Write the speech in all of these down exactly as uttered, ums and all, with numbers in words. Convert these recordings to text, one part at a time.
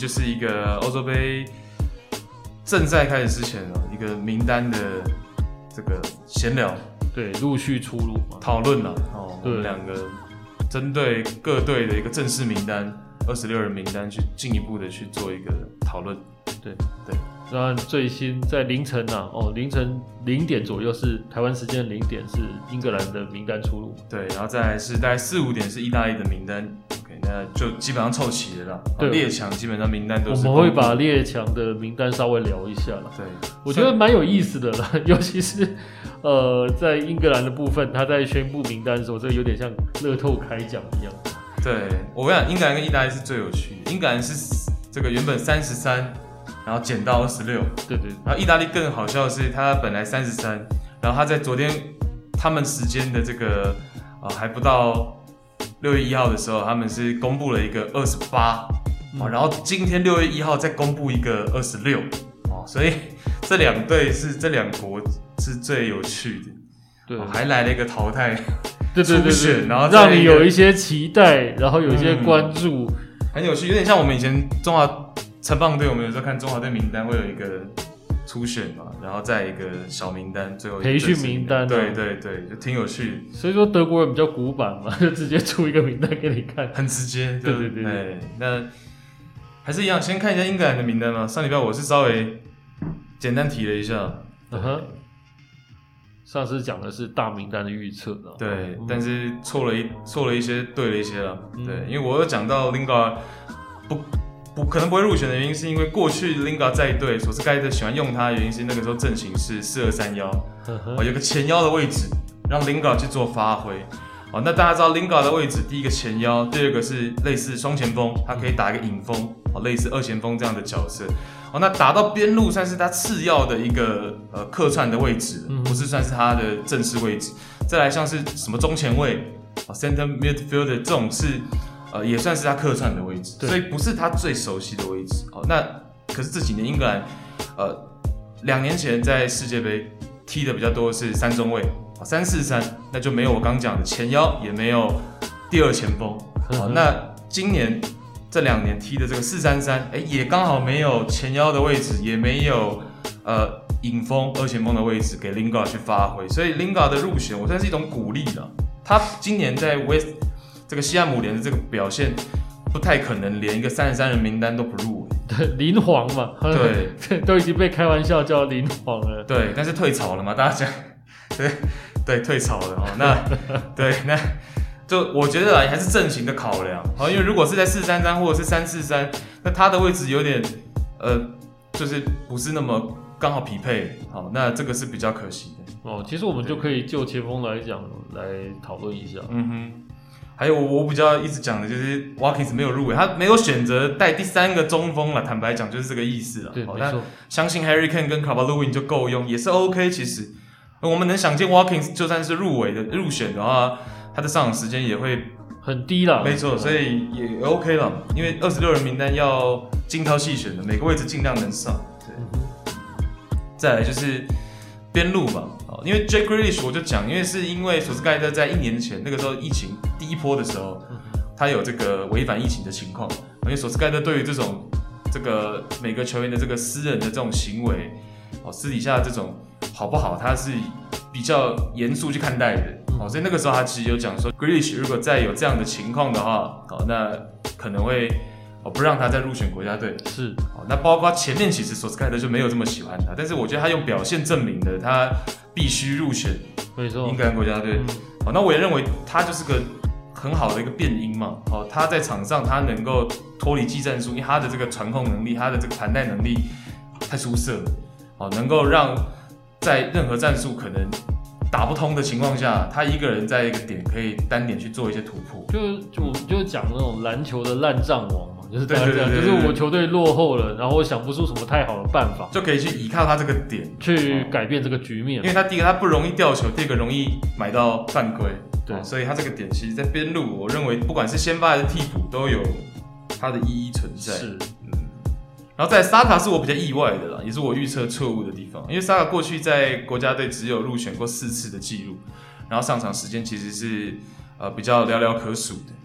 就是一个欧洲杯正赛开始之前哦，一个名单的这个闲聊， 对，陆续出炉嘛， 讨论了哦，我们两个针对各队的一个正式名单，二十六人名单去进一步的去做一个讨论。 对对， 当然最新在凌晨啊，哦，凌晨零点左右是台湾时间零点是英格兰的名单出炉， 对，然后再来是大概四五点是意大利的名单。OK， 那就基本上凑齐了啦。 对， 列强基本上名单都是。 我们会把列强的名单稍微聊一下啦。 对， 我觉得蛮有意思的啦，尤其是呃在英格兰的部分，他在宣布名单的时候，这有点像乐透开奖一样。 对，我跟你讲，英格兰跟意大利是最有趣的。英格兰是这个原本三十三。然后减到二十六， 对对。 然后意大利更好笑的是，他本来三十三，然后他在昨天他们时间的这个呃还不到六月一号的时候，他们是公布了一个二十八，然后今天六月一号再公布一个二十六，哦，所以这两队是这两国是最有趣的， 对， 哦、还来了一个淘汰， 对对对对， 然后让你有一些期待，然后有一些关注， 嗯、很有趣，有点像我们以前中华。城棒队我们有时候看中华队名单会有一个初选嘛，然后再一个小名单，最后一个培训名单、啊， 对对对，就挺有趣的。 所以说德国人比较古板嘛，就直接出一个名单给你看， 很直接。 对对对对。 欸、那还是一样，先看一下英格兰的名单嘛。上礼拜我是稍微简单提了一下， 嗯哼。上次讲的是大名单的预测， 对， 嗯、 但是错了一错了一些，对了一些了、嗯。对，因为我有讲到 Lingard 不。不可能不会入选的原因，是因为过去 Lingard 在队，索斯盖特喜欢用他的原因是那个时候阵型是四二三一，哦，有个前腰的位置，让 Lingard 去做发挥。哦，那大家知道 Lingard 的位置，第一个前腰，第二个是类似双前锋，他可以打一个影锋，哦，类似二前锋这样的角色。哦，那打到边路算是他次要的一个呃客串的位置，不是算是他的正式位置。再来像是什么中前卫，哦 ，center midfielder 这种是。呃，也算是他客串的位置，所以不是他最熟悉的位置。哦，那可是这几年英格兰，呃，两年前在世界杯踢的比较多是三中卫，三四三，那就没有我刚讲的前腰，也没有第二前锋。哦，那今年这两年踢的这个四三三，哎，也刚好没有前腰的位置，也没有呃影锋二前锋的位置给 Lingard 去发挥，所以 Lingard 的入选，我算是一种鼓励了。他今年在 West。这个西汉姆联的这个表现，不太可能连一个三十三人名单都不入围。 对，林皇嘛， 对， 都已经被开玩笑叫林皇了。 对，但是退潮了嘛，大家讲，对对，退潮了哦。那对，那就我觉得啊，还是阵型的考量。好，因为如果是在四三三或者是三四三，那他的位置有点呃，就是不是那么刚好匹配。好，那这个是比较可惜的。 哦，其实我们就可以就前锋来讲来讨论一下。 嗯哼。还有我比较一直讲的就是 Watkins 没有入围，他没有选择带第三个中锋了。坦白讲就是这个意思了。 对，没错。相信 Harry Kane 跟 Calvert-Lewin 就够用，也是 OK。其实我们能想见 Watkins 就算是入围的入选的话，他的上场时间也会很低啦。 没错，所以也 OK 了。因为二十六人名单要精挑细选的，每个位置尽量能上。对。嗯、再来就是边路嘛。因为 Jack Grealish 我就讲，因为是因为索斯盖特在一年前那个时候疫情第一波的时候，他有这个违反疫情的情况，因为索斯盖特对于这种这个每个球员的这个私人的这种行为，哦，私底下这种好不好，他是比较严肃去看待的，哦，所以那个时候他其实有讲说 ，Grealish 如果再有这样的情况的话，哦，那可能会。哦，不让他再入选国家队是哦，那包括前面其实索斯盖特就没有这么喜欢他，但是我觉得他用表现证明了他必须入选英格兰国家队。嗯、哦，那我也认为他就是个很好的一个变因嘛。哦，他在场上他能够脱离技战术，因为他的这个传控能力，他的这个盘带能力太出色了。哦，能够让在任何战术可能打不通的情况下，他一个人在一个点可以单点去做一些突破。 就就我们就讲那种篮球的烂账王。就是这样， 对对对对就是我球队落后了，然后我想不出什么太好的办法， 就可以去依靠他这个点去改变这个局面。 因为他第一个他不容易掉球，第二个容易买到犯规， 对， 所以他这个点其实在边路，我认为不管是先发还是替补都有它的意义存在。 是， 嗯。然后在萨卡是我比较意外的啦，也是我预测错误的地方，因为萨卡过去在国家队只有入选过四次的记录，然后上场时间其实是呃比较寥寥可数的。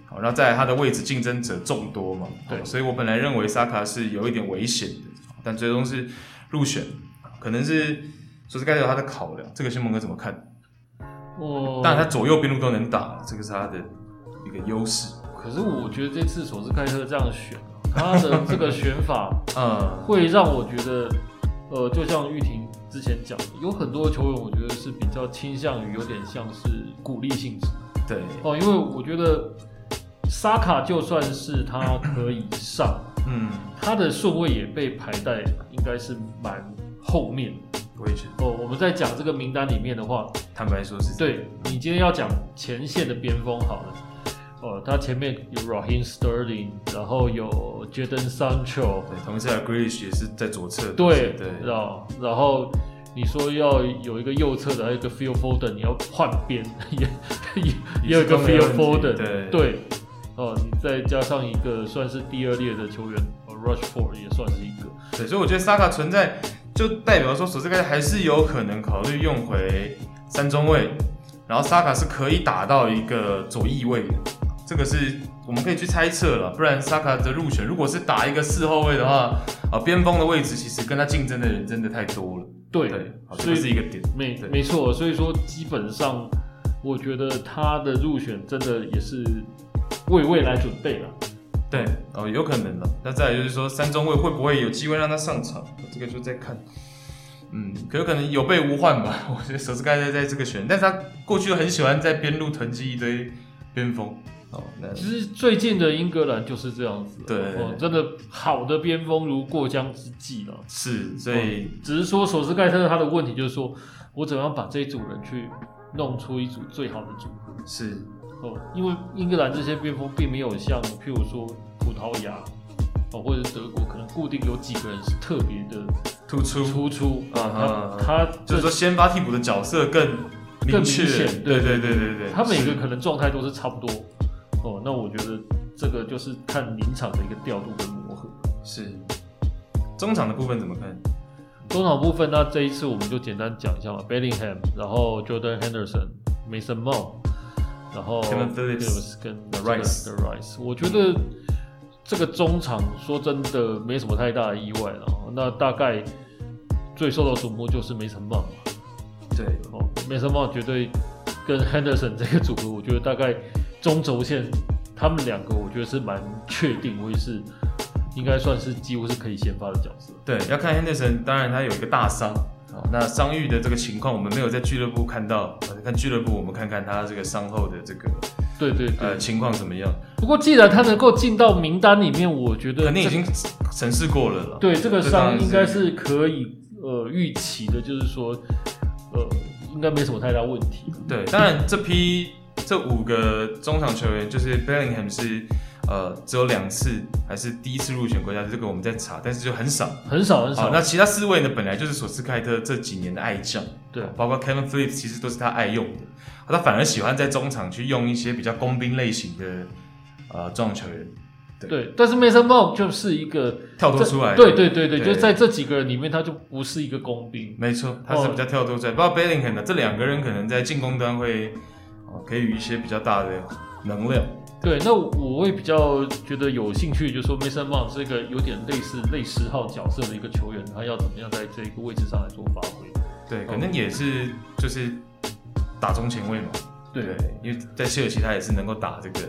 好，然后再来他的位置竞争者众多嘛， 对， 所以我本来认为萨卡是有一点危险的，但最终是入选，可能是说是该有他的考量，这个新蒙哥怎么看？ 哦， 当然他左右边路都能打，这个是他的一个优势。 可是我觉得这次索斯盖特这样选，他的这个选法， 嗯， 会让我觉得，呃，就像玉婷之前讲的，有很多球员我觉得是比较倾向于有点像是鼓励性质。 对， 哦，因为我觉得沙卡就算是他可以上， 嗯， 他的顺位也被排在应该是蛮后面。 我也觉得。 哦，我们在讲这个名单里面的话， 坦白说是， 对你今天要讲前线的边锋好了。哦，他前面有 Raheem Sterling， 然后有 Jadon Sancho， 对，同时还有 Grealish 也是在左侧， 对对， 然后然后你说要有一个右侧的，还有一个 Phil Foden， 你要换边也也也有一个 Phil Foden， 对对，哦，你再加上一个算是第二列的球员，哦 Rashford 也算是一个， 对，所以我觉得萨卡存在就代表说索斯盖特还是有可能考虑用回三中卫，然后萨卡是可以打到一个左翼位的。这个是我们可以去猜测了，不然萨卡的入选，如果是打一个四后卫的话，啊，边锋的位置其实跟他竞争的人真的太多了。 对， 对，这是一个点。 没没错，所以说基本上，我觉得他的入选真的也是为未来准备了。 对，哦，有可能了。那再来就是说，三中卫会不会有机会让他上场？这个就再看。嗯，可有可能有备无患吧。我觉得索斯盖特在这个选，但是他过去很喜欢在边路囤积一堆边锋。哦，那其实最近的英格兰就是这样子， 对， 哦，真的好的边锋如过江之鲫了。 是，所以、 哦、只是说索斯盖特他的问题就是说，我怎么样把这一组人去弄出一组最好的组合？ 是， 哦，因为英格兰这些边锋并没有像譬如说葡萄牙哦或者是德国，可能固定有几个人是特别的突出突出啊， 他他就是说先发替补的角色更明确，对对对对对， 他每个可能状态都是差不多。哦，那我觉得这个就是看临场的一个调度跟磨合。 是，中场的部分怎么看？ 中场部分，那这一次我们就简单讲一下嘛 ，Bellingham， 然后 Jordan Henderson、Mason Mount， 然后 Kevin Phillips 跟 The Rice， The Rice， 我觉得这个中场说真的没什么太大的意外了。那大概最受到瞩目就是 Mason Mount， 对， 哦 ，Mason Mount 绝对跟 Henderson 这个组合，我觉得大概。中轴线，他们两个我觉得是蛮确定会是，应该算是几乎是可以先发的角色。 对，要看 Henderson， 当然他有一个大伤，那伤愈的这个情况我们没有在俱乐部看到，看俱乐部我们看看他这个伤后的这个对对对呃情况怎么样。 不过既然他能够进到名单里面，我觉得肯定已经审视过了了。 对，这个伤应该是可以呃预期的，就是说呃应该没什么太大问题。 对，当然这批。这五个中场球员，就是 Bellingham 是呃只有两次还是第一次入选国家队，这个我们在查，但是就很少， 很少很少。 那其他四位呢，本来就是索斯盖特这几年的爱将， 对， 包括 Kevin Phillips 其实都是他爱用的，他反而喜欢在中场去用一些比较工兵类型的呃中场球员。 对，对但是 Mason Mount 就是一个跳脱出来的， 对对对对，就在这几个人里面，他就不是一个工兵， 没错，他是比较跳脱出来。包括 Bellingham 呢，这两个人可能在进攻端会。给予一些比较大的能量。 对，那我会比较觉得有兴趣，就是说 Mason Mount 是一个有点类似类十号角色的一个球员，他要怎么样在这个位置上来做发挥？ 对，可能也是就是打中前卫嘛。 对， 对因为在切尔西他也是能够打这个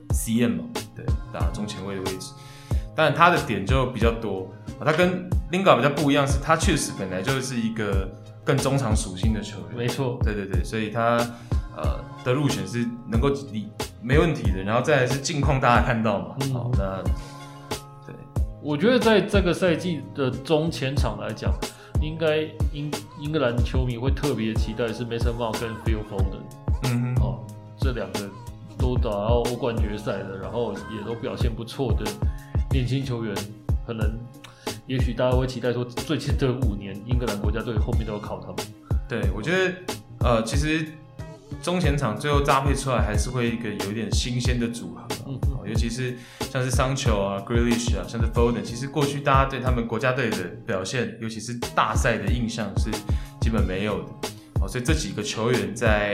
C M 嘛，对，打中前卫的位置。当然他的点就比较多，他跟 Lingard 比较不一样，是他确实本来就是一个更中场属性的球员。 没错， 对对对，所以他。呃的入选是能够没问题的，然后再来是近况大家看到嘛，嗯、好那对， 我觉得在这个赛季的中前场来讲，应该英英格兰球迷会特别期待是 Mason Mount 跟 Phil Foden， 嗯哼，哦，这两个都打到欧冠决赛了，然后也都表现不错的年轻球员，可能也许大家会期待说，最近这五年英格兰国家队后面都要靠他们。 对，我觉得呃，其实。中前场最后搭配出来还是会一个有点新鲜的组合、嗯哦，尤其是像是桑乔啊、Grealish 啊，像是 Foden， 其实过去大家对他们国家队的表现，尤其是大赛的印象是基本没有的，哦，所以这几个球员在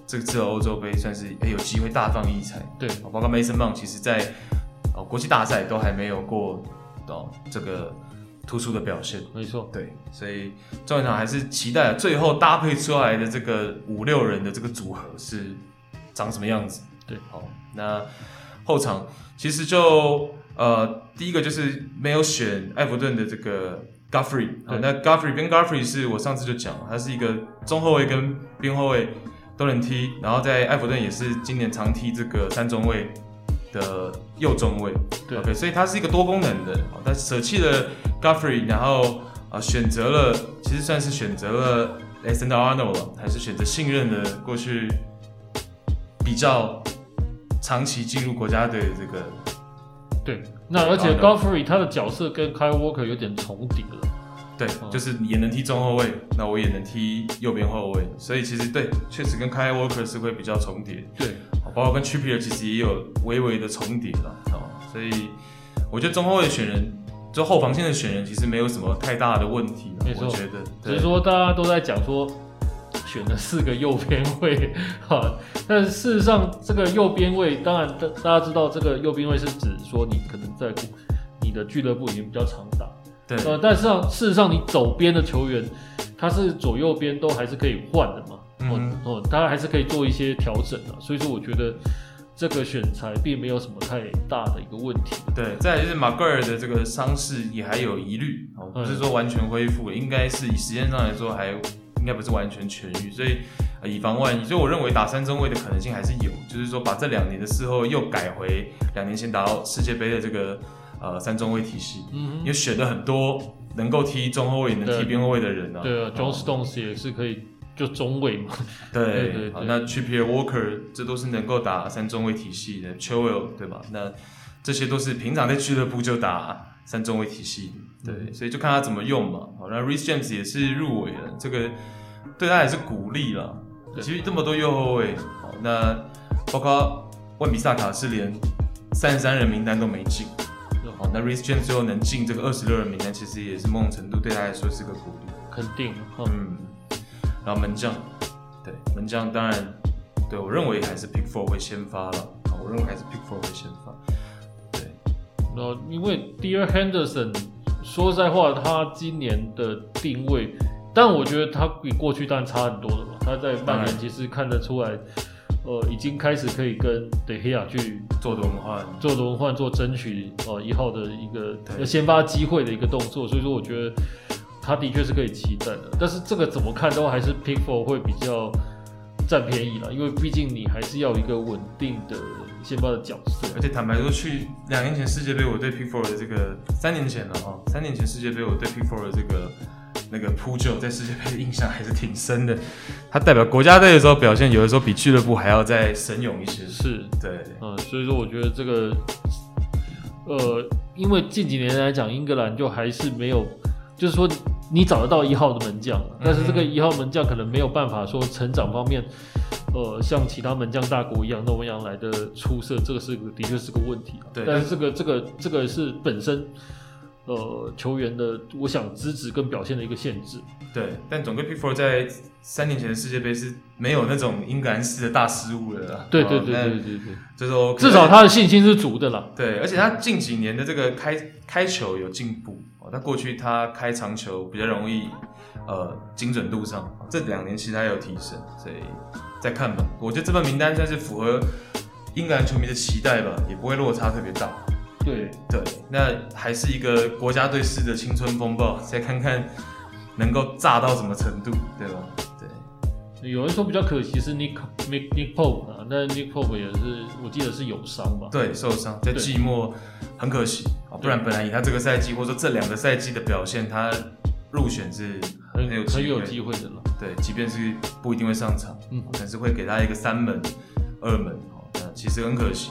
这次的欧洲杯算是有机会大放异彩。 对， 包括 Mason Mount 其实在哦国际大赛都还没有过哦这个突出的表现。 没错， 对，所以中场还是期待最后搭配出来的这个五六人的这个组合是长什么样子。 对， 好，那后场其实就呃第一个就是没有选埃弗顿的这个 Godfrey， 那 Godfrey Ben Godfrey 是我上次就讲，他是一个中后卫跟边后卫都能踢，然后在埃弗顿也是今年常踢这个三中卫的右中卫。 对 ，OK， 所以他是一个多功能的，但舍弃了 Godfrey， 然后呃选择了，其实算是选择了 Alexander Arnold 了，还是选择信任的过去比较长期进入国家队的这个。 对，那而且 Godfrey 他的角色跟 Kyle Walker 有点重叠了。 对，就是也能踢中后卫，那我也能踢右边后卫，所以其实对，确实跟 Kyle Walker 是会比较重叠。 对， 包括跟 Trippier 其实也有微微的重叠了，所以我觉得中后卫选人，就后防线的选人，其实没有什么太大的问题。 没错， 我觉得， 只是说大家都在讲说选了四个右边卫，哈，但是事实上这个右边卫，当然大家知道这个右边卫是指说你可能在你的俱乐部已经比较常打。 对， 呃，但是事实上，你走边的球员，他是左右边都还是可以换的嘛，嗯，哦，他还是可以做一些调整的，所以说我觉得这个选材并没有什么太大的一个问题。 对，再来就是马格尔的这个伤势也还有疑虑，哦，不是说完全恢复，应该是以时间上来说还应该不是完全痊愈，所以、呃、以防万一，所以我认为打三中卫的可能性还是有，就是说把这两年的事后又改回两年前打到世界杯的这个。呃，三中卫体系，嗯，因为选了很多能够踢中后卫、能踢边后卫的人啊。 对啊 ，John Stones 也是可以就中卫嘛。 对，对对对，那 Trippier Walker 这都是能够打三中卫体系的 Chilwell 对吧？那这些都是平常在俱乐部就打三中卫体系，对，嗯、所以就看他怎么用嘛。好，那 Reece James 也是入围了，这个对他也是鼓励啦。其实这么多右后卫，好，那包括万比萨卡是连三十三人名单都没进。好，那 Reece James 最后能进这个二十六人名单，其实也是某种程度对他来说是个鼓励。 肯定， 嗯。然后门将，对门将当然，对我认为还是 Pickford 会先发了。好，我认为还是 Pickford 会先发。对。 那因为 Dear Henderson 说实在话，他今年的定位，但我觉得他比过去当然差很多了嘛。他在曼联其实看得出来。呃，已经开始可以跟德黑亚去做轮换、 做轮换、做争取呃一号的一个先发机会的一个动作，所以说我觉得他的确是可以期待的。但是这个怎么看都还是 Pickford 会比较占便宜啦，因为毕竟你还是要有一个稳定的先发的角色。 而且坦白说，去两年前世界杯，我对 Pickford 的这个三年前了哈，三年前世界杯我对 Pickford 的这个。那个扑救在世界杯的印象还是挺深的，他代表国家队的时候表现，有的时候比俱乐部还要再神勇一些。 是， 对， 嗯，所以说我觉得这个，呃，因为近几年来讲，英格兰就还是没有，就是说你找得到一号的门将，但是这个一号门将可能没有办法说成长方面，呃，像其他门将大国一样那么样来的出色，这个是个的确是个问题。 对， 但是这个这个这个是本身。呃，球员的我想资质跟表现的一个限制。 对，但总归 Pickford 在三年前的世界杯是没有那种英格兰式的大失误的啦。 对对对对对对， 就是说至少他的信心是足的啦。 对，而且他近几年的这个开开球有进步哦，他过去他开长球比较容易，呃，精准度上这两年其实他有提升，所以再看吧。我觉得这份名单算是符合英格兰球迷的期待吧，也不会落差特别大。 对对，那还是一个国家队式的青春风暴，再看看能够炸到什么程度，对吧？对。 有人说比较可惜是 Nick Nick Nick Pope 啊，但 Nick Pope 也是我记得是有伤吧？ 对，受伤，在季末很可惜，不然本来以他这个赛季或者说这两个赛季的表现，他入选是很有很有机会的了。 对，即便是不一定会上场，嗯，但是会给他一个三门、二门，那其实很可惜。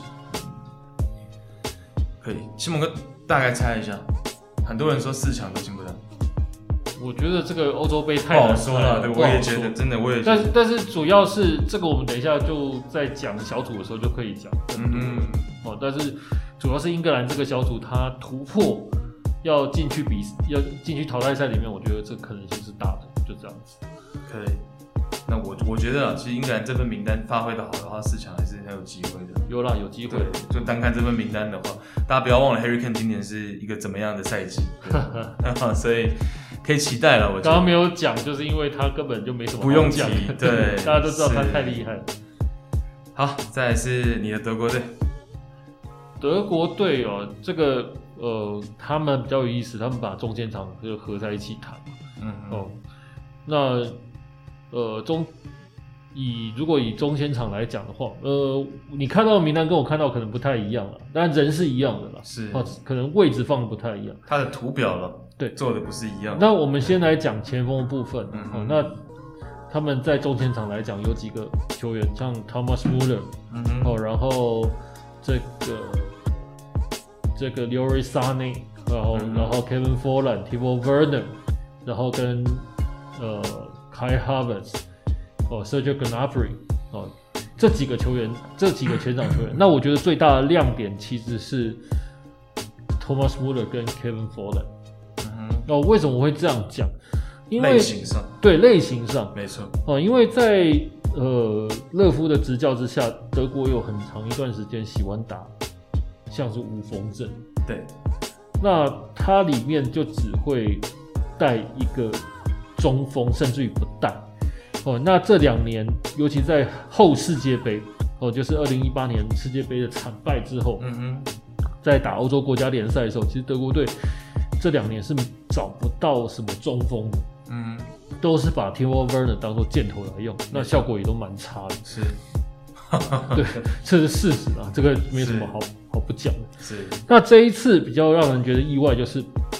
可以，西蒙哥大概猜一下，很多人说四强都进不到。 我觉得这个欧洲杯太难说了，对，我也觉得，真的我也觉得。 但是但是主要是这个，我们等一下就在讲小组的时候就可以讲。嗯嗯。哦，但是主要是英格兰这个小组，它突破要进去比，要进去淘汰赛里面，我觉得这可能性是大的，就这样子。 可以。 那我我觉得啊，其实英格兰这份名单发挥的好的话，四强还是很有机会的。 有啦，有机会。 就单看这份名单的话，大家不要忘了 Harry Kane 今年是一个怎么样的赛季，所以可以期待了。我刚刚没有讲，就是因为他根本就没什么好讲， 不用提，对， 大家都知道他太厉害了。 好，再来是你的德国队。 德国队哦，这个呃，他们比较有意思，他们把中间场就合在一起谈。嗯哦，那呃中以如果以中间场来讲的话，呃，你看到的名单跟我看到可能不太一样了，但人是一样的啦， 是哦，可能位置放的不太一样， 他的图表了， 对， 做的不是一样。 那我们先来讲前锋的部分， 嗯哦，那他们在中前场来讲有几个球员，像 Thomas Müller， 嗯哦，然后这个这个 Leroy Sané， 然后、嗯、然后 Kevin Folland、Timo Werner， 然后跟呃 Kai Havertz， 哦 Sergio Gnabry， 哦这几个球员，这几个前场球员，那我觉得最大的亮点其实是 Thomas Müller 跟 Kevin Folland。嗯哦，为什么我会这样讲？因为类型上， 对类型上， 没错哦，因为在呃勒夫的执教之下，德国有很长一段时间喜欢打像是无锋阵， 对， 那它里面就只会带一个中锋，甚至于不带。哦，那这两年，尤其在后世界杯，哦，就是二零一八年世界杯的惨败之后，嗯哼，在打欧洲国家联赛的时候，其实德国队这两年是找不到什么中锋的。嗯，都是把 Timo Werner 当作箭头来用，那效果也都蛮差的。 是， 对，这是事实啊，这个没什么好好不讲的。 是， 那这一次比较让人觉得意外，就是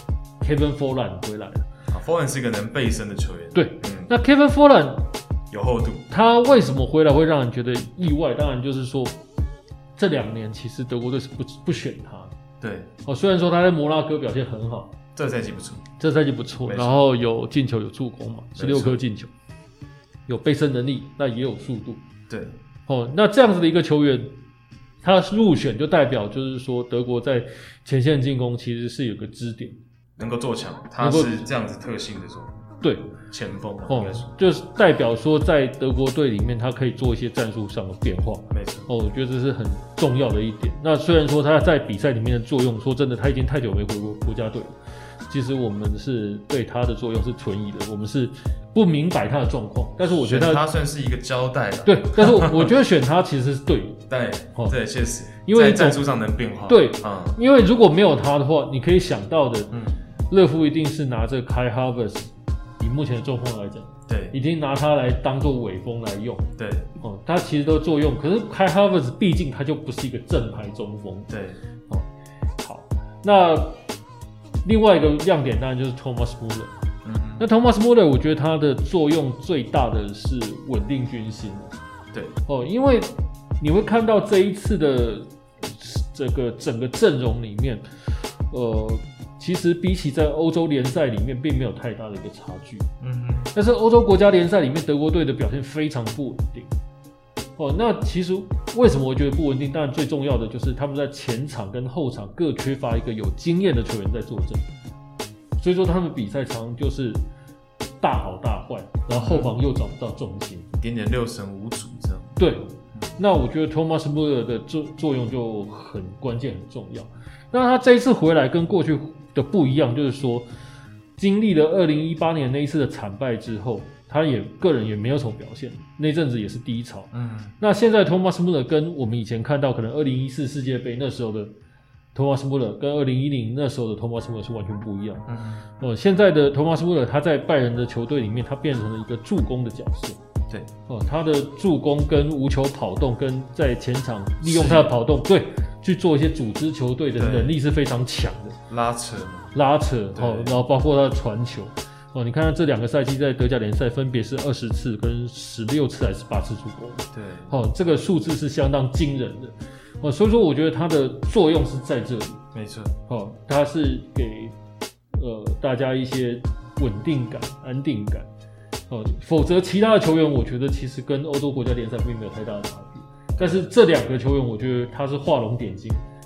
Kevin Folland 回来了。 啊 ，Folland 是一个能背身的球员。 对，嗯、那 Kevin Folland 有厚度。他为什么回来会让人觉得意外？当然就是说，这两年其实德国队是不不选他。 对， 哦，虽然说他在摩纳哥表现很好。 这赛季不错， 这赛季不错，然后有进球有助攻嘛，十六颗进球，有背身能力，那也有速度。 对， 哦，那这样子的一个球员，他入选就代表就是说德国在前线进攻其实是有个支点， 能够做强，他是这样子特性的时候， 对， 前锋哦，就是代表说在德国队里面他可以做一些战术上的变化。 没错， 哦，我觉得这是很重要的一点。那虽然说他在比赛里面的作用，说真的，他已经太久没回过国家队了。其实我们是对他的作用是存疑的，我们是不明白他的状况，但是我觉得 他, 他算是一个交代了。 对，但是 我, 我觉得选他其实是对的。 对，哦、对，确实， 因为在战术上能变化。 对，嗯，因为如果没有他的话，你可以想到的，嗯，勒夫一定是拿着 Kai Havertz， 以目前的状况来讲， 对， 已经拿他来当做尾锋来用。 对， 哦、嗯，他其实都作用，可是 Kai Havertz 毕竟他就不是一个正牌中锋。 对， 哦、嗯，好，那。另外一个亮点当然就是 Thomas Müller，嗯，那 Thomas Müller 我觉得他的作用最大的是稳定军心。 对， 哦，因为你会看到这一次的这个整个阵容里面，呃，其实比起在欧洲联赛里面并没有太大的一个差距。嗯哼，但是欧洲国家联赛里面德国队的表现非常不稳定。哦，那其实为什么我觉得不稳定？当然最重要的就是他们在前场跟后场各缺乏一个有经验的球员在坐镇，所以说他们比赛常常就是大好大坏，然后后防又找不到重心， 一点点六神无主这样。 对，那我觉得 Thomas Müller 的作作用就很关键很重要。那他这一次回来跟过去的不一样，就是说经历了二零一八年那一次的惨败之后。他也个人也没有什么表现，那阵子也是低潮。嗯，那现在 Thomas Müller 跟我们以前看到可能二零一四世界杯那时候的 Thomas Müller 跟二零一零那时候的 Thomas Müller 是完全不一样。嗯，哦，现在的 Thomas Müller 他在拜仁的球队里面，他变成了一个助攻的角色。 对， 哦，他的助攻跟无球跑动，跟在前场利用他的跑动，对，去做一些组织球队的能力是非常强的。 拉扯， 拉扯，哦，然后包括他的传球。哦，你看他这两个赛季在德甲联赛分别是二十次跟十六次还是八次助攻， 对， 哦，这个数字是相当惊人的，哦，所以说我觉得它的作用是在这里， 没错， 哦，它是给呃大家一些稳定感、安定感，哦，否则其他的球员我觉得其实跟欧洲国家联赛并没有太大的差别，但是这两个球员我觉得他是画龙点睛，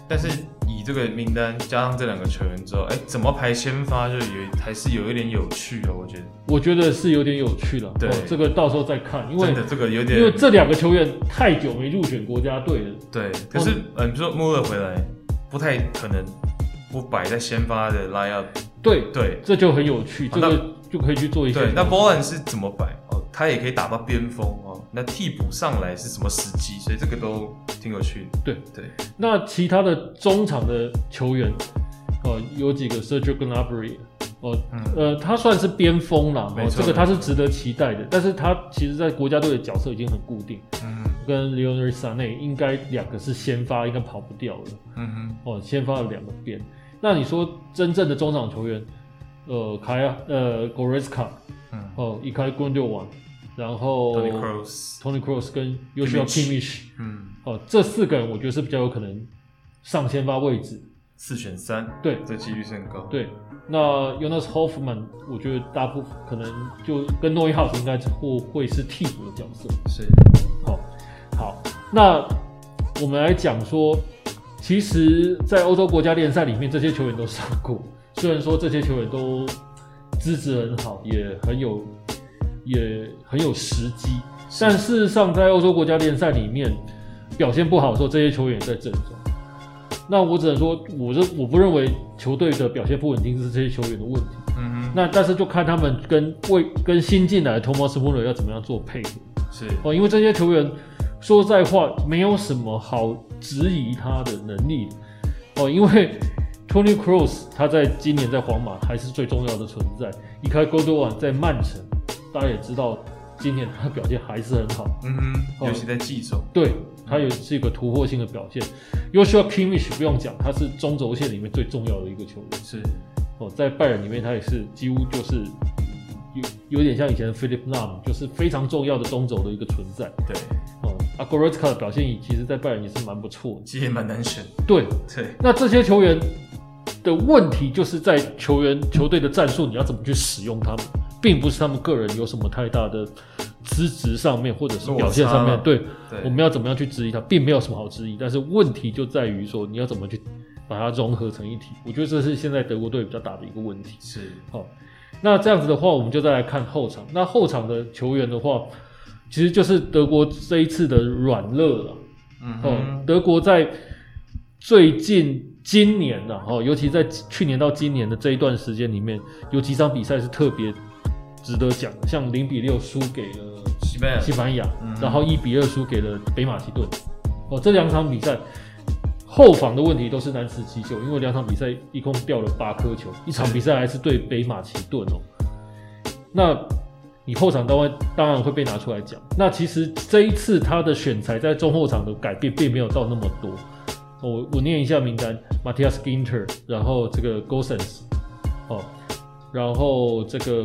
但是以这个名单加上这两个球员之后，哎，怎么排先发就有还是有一点有趣哦，我觉得。 我觉得是有点有趣了。 对、 哦，这个到时候再看，因为真的这个有点， 因为这两个球员太久没入选国家队了。 对，可是嗯，比如说穆勒回来，不太可能不摆在先发的 lineup。 对对， 这就很有趣，这个就可以去做一些。 对，那 Boland 是怎么摆哦？他也可以打到边锋哦。那替补上来是什么时机？所以这个都挺有趣的。 对对。 那其他的中场的球员，哦，有几个 Sergio Gnabry， 哦，嗯、呃，他算是边锋啦，哦，这个他是值得期待的。但是他其实在国家队的角色已经很固定，嗯，跟 Leroy Sané 应该两个是先发，应该跑不掉了。嗯哼，哦，先发了两个边。那你说真正的中场球员，呃，凯亚，呃 ，Goretzka， 嗯，哦，伊凯贡六王，然后 Toni Kroos，Toni Kroos 跟 Joshua Kimmich， 嗯，哦，这四个人我觉得是比较有可能上先发位置， 四选三， 对， 这几率是很高。 对，那 Jonas Hoffmann 我觉得大部分可能就跟 Neuhaus 应该或会是替补的角色。 是， 好，好，那我们来讲说。其实，在欧洲国家联赛里面，这些球员都上过。虽然说这些球员都资质很好，也很有，也很有时机，但事实上，在欧洲国家联赛里面表现不好的时候，这些球员也在阵中。那我只能说，我这我不认为球队的表现不稳定是这些球员的问题。嗯哼。那但是就看他们跟未跟新进来的 Thomas Müller 要怎么样做配合。 是哦，因为这些球员说实在话，没有什么好质疑他的能力哦，因为 Toni Kroos 他在今年在皇马还是最重要的存在。伊凯戈多瓦在曼城，大家也知道，今年他的表现还是很好。 嗯哼，尤其在季中， 对，他也是一个突破性的表现。Joshua Kimmich 不用讲，他是中轴线里面最重要的一个球员。 是哦，在拜仁里面，他也是几乎就是有有点像以前的 Philipp Lahm， 就是非常重要的中轴的一个存在。 对。 啊 Goretzka 的表现其实在拜仁也是蛮不错的， 其实也蛮难选。 对对， 那这些球员的问题就是在球员球队的战术，你要怎么去使用他们，并不是他们个人有什么太大的资质上面或者是表现上面，对，对我们要怎么样去质疑他，并没有什么好质疑。但是问题就在于说，你要怎么去把它融合成一体。我觉得这是现在德国队比较大的一个问题。 是， 好，那这样子的话，我们就再来看后场。那后场的球员的话，其实就是德国这一次的软肋了。嗯、哦，德国在最近今年呢、啊，哦，尤其在去年到今年的这一段时间里面，有几场比赛是特别值得讲的，像零比六输给了西班牙， 西班牙，嗯、然后一比二输给了北马其顿。哦，这两场比赛后防的问题都是难辞其咎，因为两场比赛一共掉了八颗球，一场比赛还是对北马其顿哦。那你后场当然当然会被拿出来讲。那其实这一次他的选材在中后场的改变并没有到那么多。我我念一下名单 ：Matthias Ginter， 然后这个 Gosens， 哦，然后这个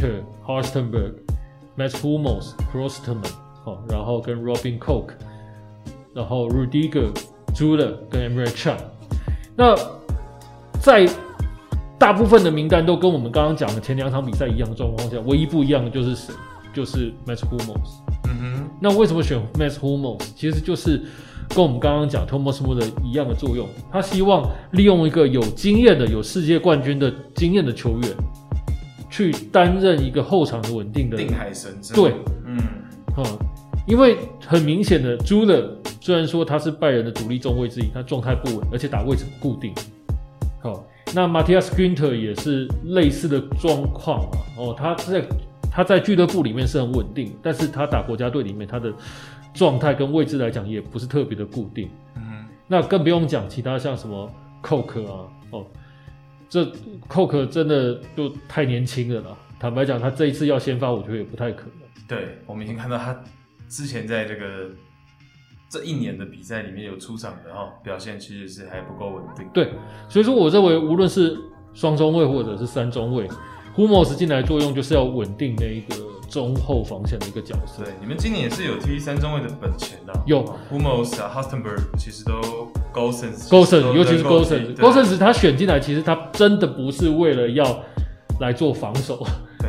Günther、Harstenberg、Mats Hummels、Klostermann， 哦，然后跟 Robin Koch， 然后 Rudiger、Zule 跟 Emre Can。那在大部分的名单都跟我们刚刚讲的前两场比赛一样的状况下，唯一不一样的就是谁？就是 Mats Hummels。嗯哼。那为什么选 Mats Hummels？ 其实就是跟我们刚刚讲 Thomas Müller 一样的作用。他希望利用一个有经验的、有世界冠军的经验的球员，去担任一个后场的稳定的定海神针。 对，嗯，嗯，因为很明显的 Zule 虽然说他是拜仁的主力中卫之一，他状态不稳，而且打位置不固定。好。那 Matthias Ginter 也是类似的状况啊，哦，他在他在俱乐部里面是很稳定，但是他打国家队里面，他的状态跟位置来讲也不是特别的固定。嗯，那更不用讲其他像什么 Koch 啊，哦，这 Koch 真的就太年轻了啦。坦白讲，他这一次要先发，我觉得也不太可能。 对，我们已经看到他之前在这个这一年的比赛里面有出场的、哦、表现，其实是还不够稳定。 对，所以说我认为无论是双中卫或者是三中卫 ，Hummels 进来作用就是要稳定那一个中后防线的一个角色。 对，你们今年也是有踢三中卫的本钱的、啊。 有 Hummels 啊 ，Harstenberg 其实都 Gosens，Gosens 尤其是 Gosens，Gosens 他选进来，其实他真的不是为了要来做防守。 对，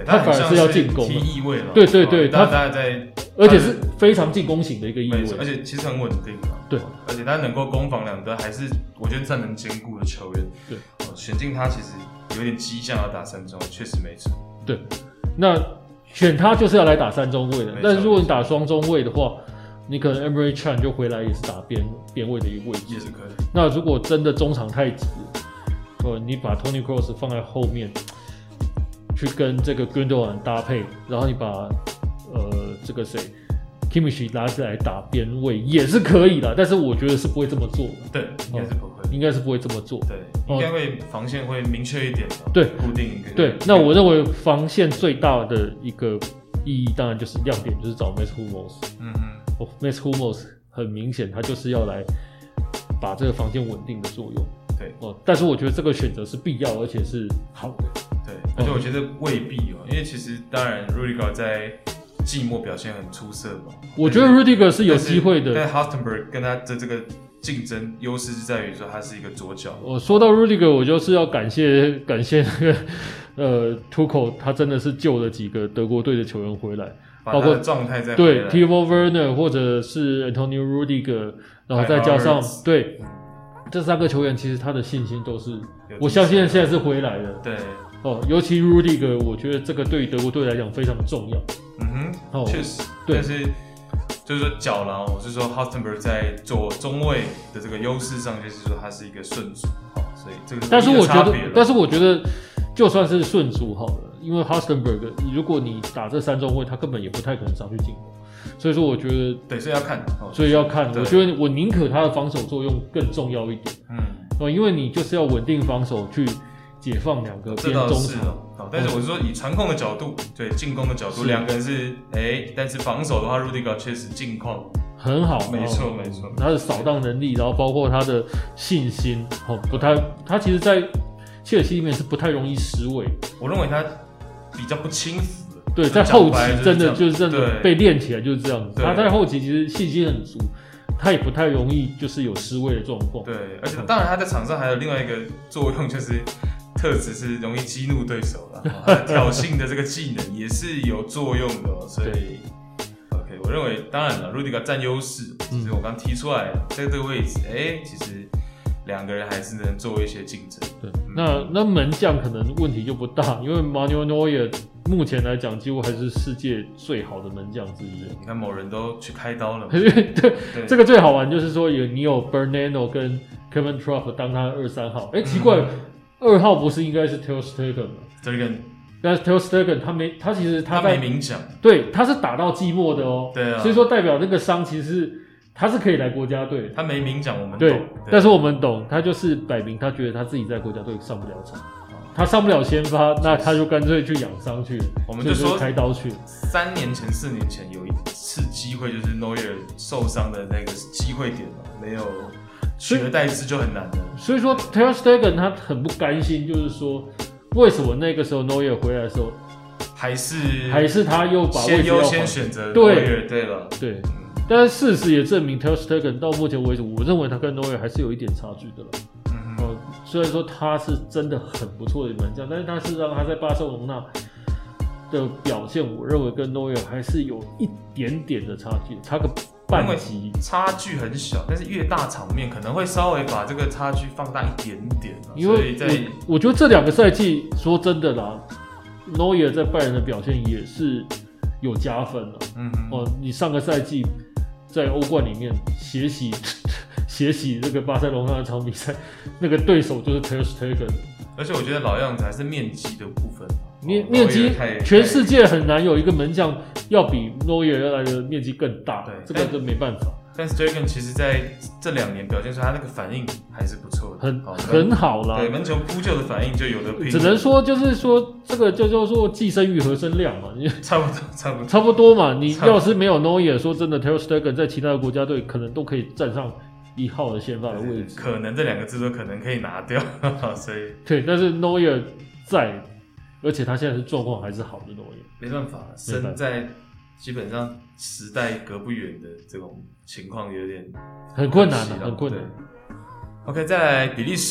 对， 他反而是要进攻， 踢翼位了。 对对对， 他大概在， 而且是非常进攻型的一个翼位， 而且其实很稳定嘛。 对， 而且他能够攻防两端，还是我觉得算能兼顾的球员。 对， 选进他其实有点迹象要打三中，确实没错。 对，那选他就是要来打三中卫的，但是如果你打双中卫的话，你可能 Emre Can 就回来也是打边边位的一个位置， 也是可以。 那如果真的中场太急，呃，你把 Toni Kroos 放在后面，去跟这个 Gundogan 搭配，然后你把呃这个谁 Kimmich 拉起来打边位也是可以的，但是我觉得是不会这么做的。 对，应该是不会， 应该是不会这么做。 对，应该会防线会明确一点的， 对， 固定一个。 对，那我认为防线最大的一个意义，当然就是亮点，就是找 Mats Hummels。嗯嗯。哦 ，Mats Hummels 很明显，他就是要来把这个防线稳定的作用。 对。 哦，但是我觉得这个选择是必要，而且是好的。 对，而且我觉得未必哦，因为其实当然 Rudiger 在季末表现很出色嘛。 我觉得 Rudiger 是有机会的。 但 Halstenberg 跟他的这个竞争优势是在于说他是一个左脚。 我说到 Rudiger， 我就是要感谢感谢那个呃 Tuchel， 他真的是救了几个德国队的球员回来。包括状态再对 Timo Werner 或者是 Antonio Rudiger， 然后再加上对这三个球员，其实他的信心都是，我相信现在是回来的。 对哦，尤其 Rudiger， 我觉得这个对于德国队来讲非常重要。 嗯哼，确、哦、实，但是就是说脚啦，我是说 Halstenberg 在做中卫的这个优势上，就是说他是一个顺主，好，所以这个但是我觉得，但是我觉得就算是顺主好了。因为 Halstenberg， 如果你打这三中卫，他根本也不太可能上去进攻，所以说我觉得对，所以要看，哦、 所以要看。我觉得我宁可他的防守作用更重要一点，嗯，哦，因为你就是要稳定防守去解放两个边中场。 哦，但是我是说以传控的角度，对进攻的角度，两个人是哎、欸，但是防守的话 ，Rudiger 确实近况很好， 没错没错， 他的扫荡能力，然后包括他的信心，哦，不太，他其实在切尔西里面是不太容易失位。 我认为他比较不轻浮的， 对，在后期真的就是真的被练起来就是这样子。他在后期其实信心很足，他也不太容易就是有失位的状况。 对，而且当然他在场上还有另外一个作用，就是特质是容易激怒对手啦，他的挑衅的这个技能也是有作用的、喔，所以 OK， 我认为当然了 ，Rudiger 占优势，其实我刚提出来在这个位置，哎、欸，其实。两个人还是能做一些竞争。 对，嗯、那那门将可能问题就不大，因为 Manuel Neuer 目前来讲几乎还是世界最好的门将之一。 你看某人都去开刀了。 对对，这个最好玩就是说有你有 Bernardo 跟 Kevin Trapp 当他二三号。哎、欸，奇怪，二、嗯、号不是应该是 Ter Stegen 吗 ？Stegen， 但是 Ter Stegen 他没，他其实他在他没明讲。 对，他是打到季末的哦。 对啊。 所以说代表那个伤其实是。他是可以来国家队， 他没明讲，我们懂。 对，对但是我们懂，他就是摆明他觉得他自己在国家队上不了场，他上不了先发，那他就干脆去养伤去了， 我们就说开刀去。 三年前、四年前有一次机会，就是 Neuer 受伤的那个机会点没有取而代之就很难了。 所以说 Ter Stegen 他很不甘心，就是说为什么那个时候 Neuer 回来的时候， 还是还是他又把先优先选择 Neuer， 对了， 对。但是事实也证明 Ter Stegen 到目前为止，我认为他跟 Neuer 还是有一点差距的了。嗯哦，虽然说他是真的很不错的门将，但是他事实上他在巴塞罗那的表现，我认为跟 Neuer 还是有一点点的差距，差个半级。 差距很小，但是越大场面可能会稍微把这个差距放大一点点、啊。 因为在 我, 我觉得这两个赛季，说真的啦 ，Neuer 在拜仁的表现也是有加分了。嗯哦，你上个赛季。在欧冠里面血洗血洗这个巴塞罗那的场比赛，那个对手就是 Ter Stegen。 而且我觉得老样子还是面积的部分， 面面积全世界很难有一个门将要比 Neuer 来的面积更大，对，这个就没办法。 但是 Stegen 其实在这两年表现出他那个反应还是不错的， 很很好啦。 对，门球扑救的反应就有的拼。 只能说就是说这个就叫做既生瑜何生亮嘛， 差不多差不多差不多嘛。你要是没有 Neuer， 说真的 Ter Stegen 在其他的国家队可能都可以站上一号的先发的位置。 可能这两个字都可能可以拿掉，所以对，但是 Neuer 在，而且他现在是状况还是好的 Neuer， 没办法，身在。基本上时代隔不远的这种情况有点很困难的，很困难。 OK， 再来比利时，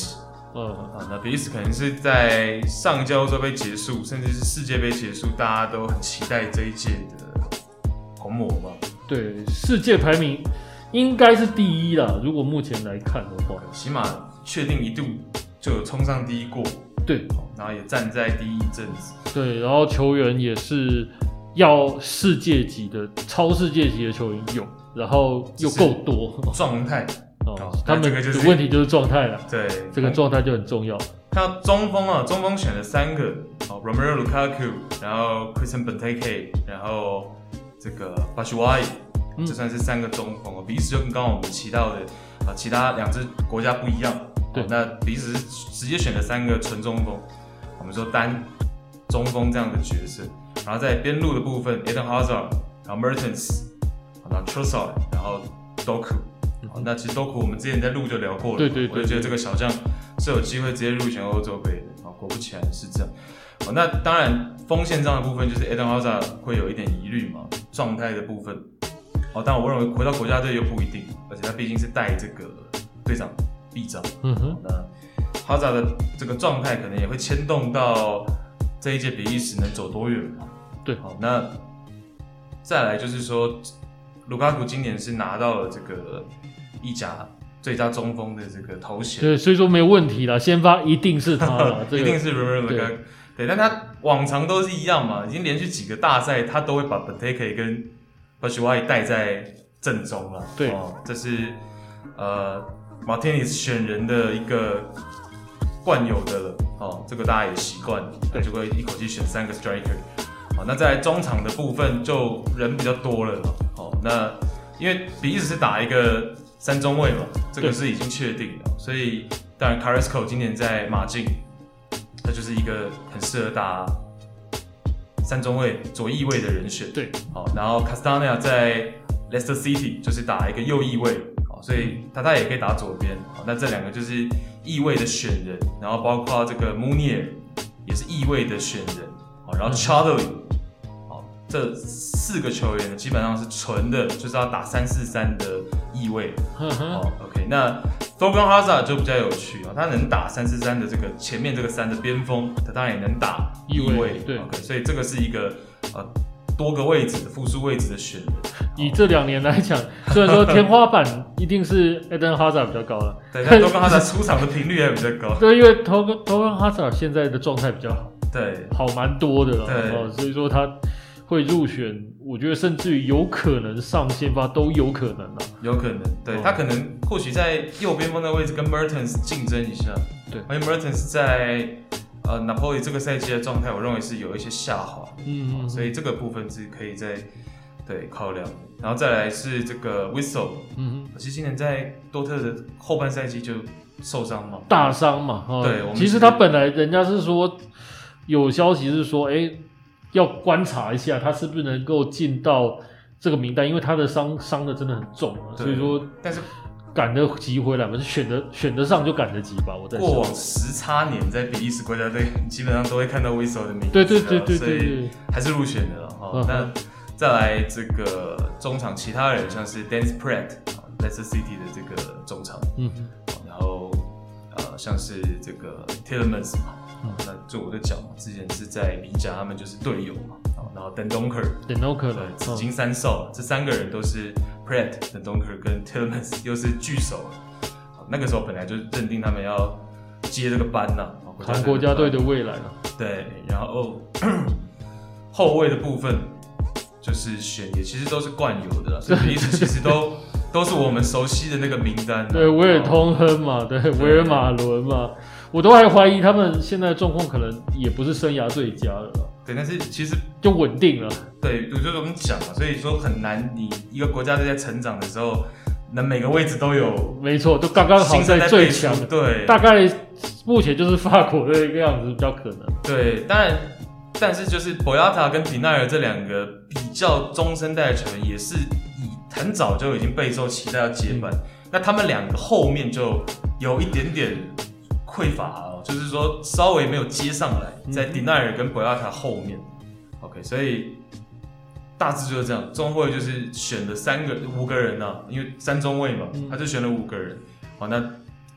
嗯， 啊，那比利时可能是在上一届欧洲杯结束，甚至是世界杯结束，大家都很期待这一届的红魔吧？ 对，世界排名应该是第一啦，如果目前来看的话， 起码确定一度就有冲上第一过。 对， 然后也站在第一阵子。 对，然后球员也是要世界级的、超世界级的球员有，然后又够多状态。 哦，他们的问题就是状态了。 对， 这个状态就很重要。 看到中锋啊，中锋选了三个，哦 ，Romelu Lukaku， 然后 Christian Benteke， 然后这个 Batshuayi， 这算是三个中锋哦。比利时就跟刚刚我们提到的啊，其他两支国家不一样。对，那比利时直接选了三个纯中锋，我们说单中锋这样的角色。然后在边路的部分 ，Eden Hazard， 然后 Mertens， 然后 Trossard， 然后 Doku。好，那其实 Doku 我们之前在录就聊过了， 对对 对, 对， 我就觉得这个小将是有机会直接入选欧洲杯的。啊，果不其然是这样。好，那当然锋线上的部分就是 Eden Hazard 会有一点疑虑嘛，状态的部分。哦，但我认为回到国家队又不一定，而且他毕竟是带这个队长臂章。 嗯哼， 那 Hazard 的这个状态可能也会牵动到这一届比利时能走多远嘛。 对， 好，那再来就是说，卢卡库今年是拿到了这个意甲最佳中锋的这个头衔， 对，所以说没有问题啦，先发一定是他啦， 一定是 Romelu Lukaku。对，但他往常都是一样嘛，已经连续几个大赛他都会把 Benteke 跟 Batshuayi 带在正中了。 对， 哦，这是呃 Martinez 选人的一个惯有的了。哦，这个大家也习惯，他就会一口气选三个 striker。好，那在中场的部分就人比较多了。好，那因为比利时是打一个三中卫嘛，这个是已经确定的，所以当然 Carrasco 今年在马竞，他就是一个很适合打三中卫左翼卫的人选。 对， 好，然后 Castagna 在 Leicester City 就是打一个右翼卫，好，所以他他也可以打左边。好，那这两个就是翼卫的选人，然后包括这个 Munier 也是翼卫的选人，好，然后 Chadli。这四个球员呢，基本上是纯的，就是要打三四三的翼位。哦 ，OK， 那 Thorgan Hazard 就比较有趣啊，他能打三四三的这个前面这个三的边锋，他当然也能打翼位。 对 ，OK， 所以这个是一个呃多个位置的复数位置的选人。 以这两年来讲，虽然说天花板一定是 Eden Hazard 比较高了， 对，但 Thorgan Hazard 出场的频率还比较高。 对，因为 Thorgan Hazard 现在的状态比较好， 对， 好蛮多的了。 对， 哦，所以说他会入选，我觉得甚至于有可能上先发都有可能啊， 有可能，对、哦、他可能或许在右边锋的位置跟 Mertens 竞争一下， 对， 因为 Mertens 在呃 Napoli 这个赛季的状态，我认为是有一些下滑， 嗯, 嗯， 所以这个部分是可以再对考量，然后再来是这个 Witsel， 嗯哼， 其实今年在多特的后半赛季就受伤嘛， 大伤嘛，哦、 对，我们其实他本来人家是说有消息是说，哎、欸。要观察一下他是不是能够进到这个名单，因为他的伤伤的真的很重啊，所以说， 但是赶得及回来嘛，是选得选得上就赶得及吧。我在过往十差年在比利时国家队基本上都会看到 Witsel 的名字， 对对对对对对， 所以还是入选的了哈。嗯、那再来这个中场其他人像是 Dennis Praet，Leicester City 的这个中场， 嗯， 然后呃像是这个 Tielemans 嘛。嗯、那就我的脚嘛，之前是在比甲，他们就是队友嘛。然后 Dendoncker，Dendoncker 对，紫金三少，哦、这三个人都是 Praet、Dendoncker 跟 Tielemans 又是巨手。那个时候本来就认定他们要接这个班呐， 谈国家队的未来了。 对，然后后卫的部分就是选也其实都是惯有的啦，所以比利时其实都都是我们熟悉的那个名单。 对，维尔通亨嘛，对，维尔马伦嘛。我都还怀疑他们现在的状况可能也不是生涯最佳了。 对，但是其实就稳定了。 对，就是我们讲嘛，所以说很难，你一个国家队在成长的时候，那每个位置都有， 没错，都刚刚好在最强。 对， 大概目前就是法国的一个样子比较可能。 对，当然，但是就是 Boyata 跟 Denier 这两个比较中生代的球员，也是以很早就已经备受期待要接班。嗯、那他们两个后面就有一点点匮乏哦，就是说稍微没有接上来，在 Denier 跟 Boyata 后面。OK， 所以大致就是这样。中后卫就是选了三个、五个人啊，因为三中卫嘛，他就选了五个人。好，那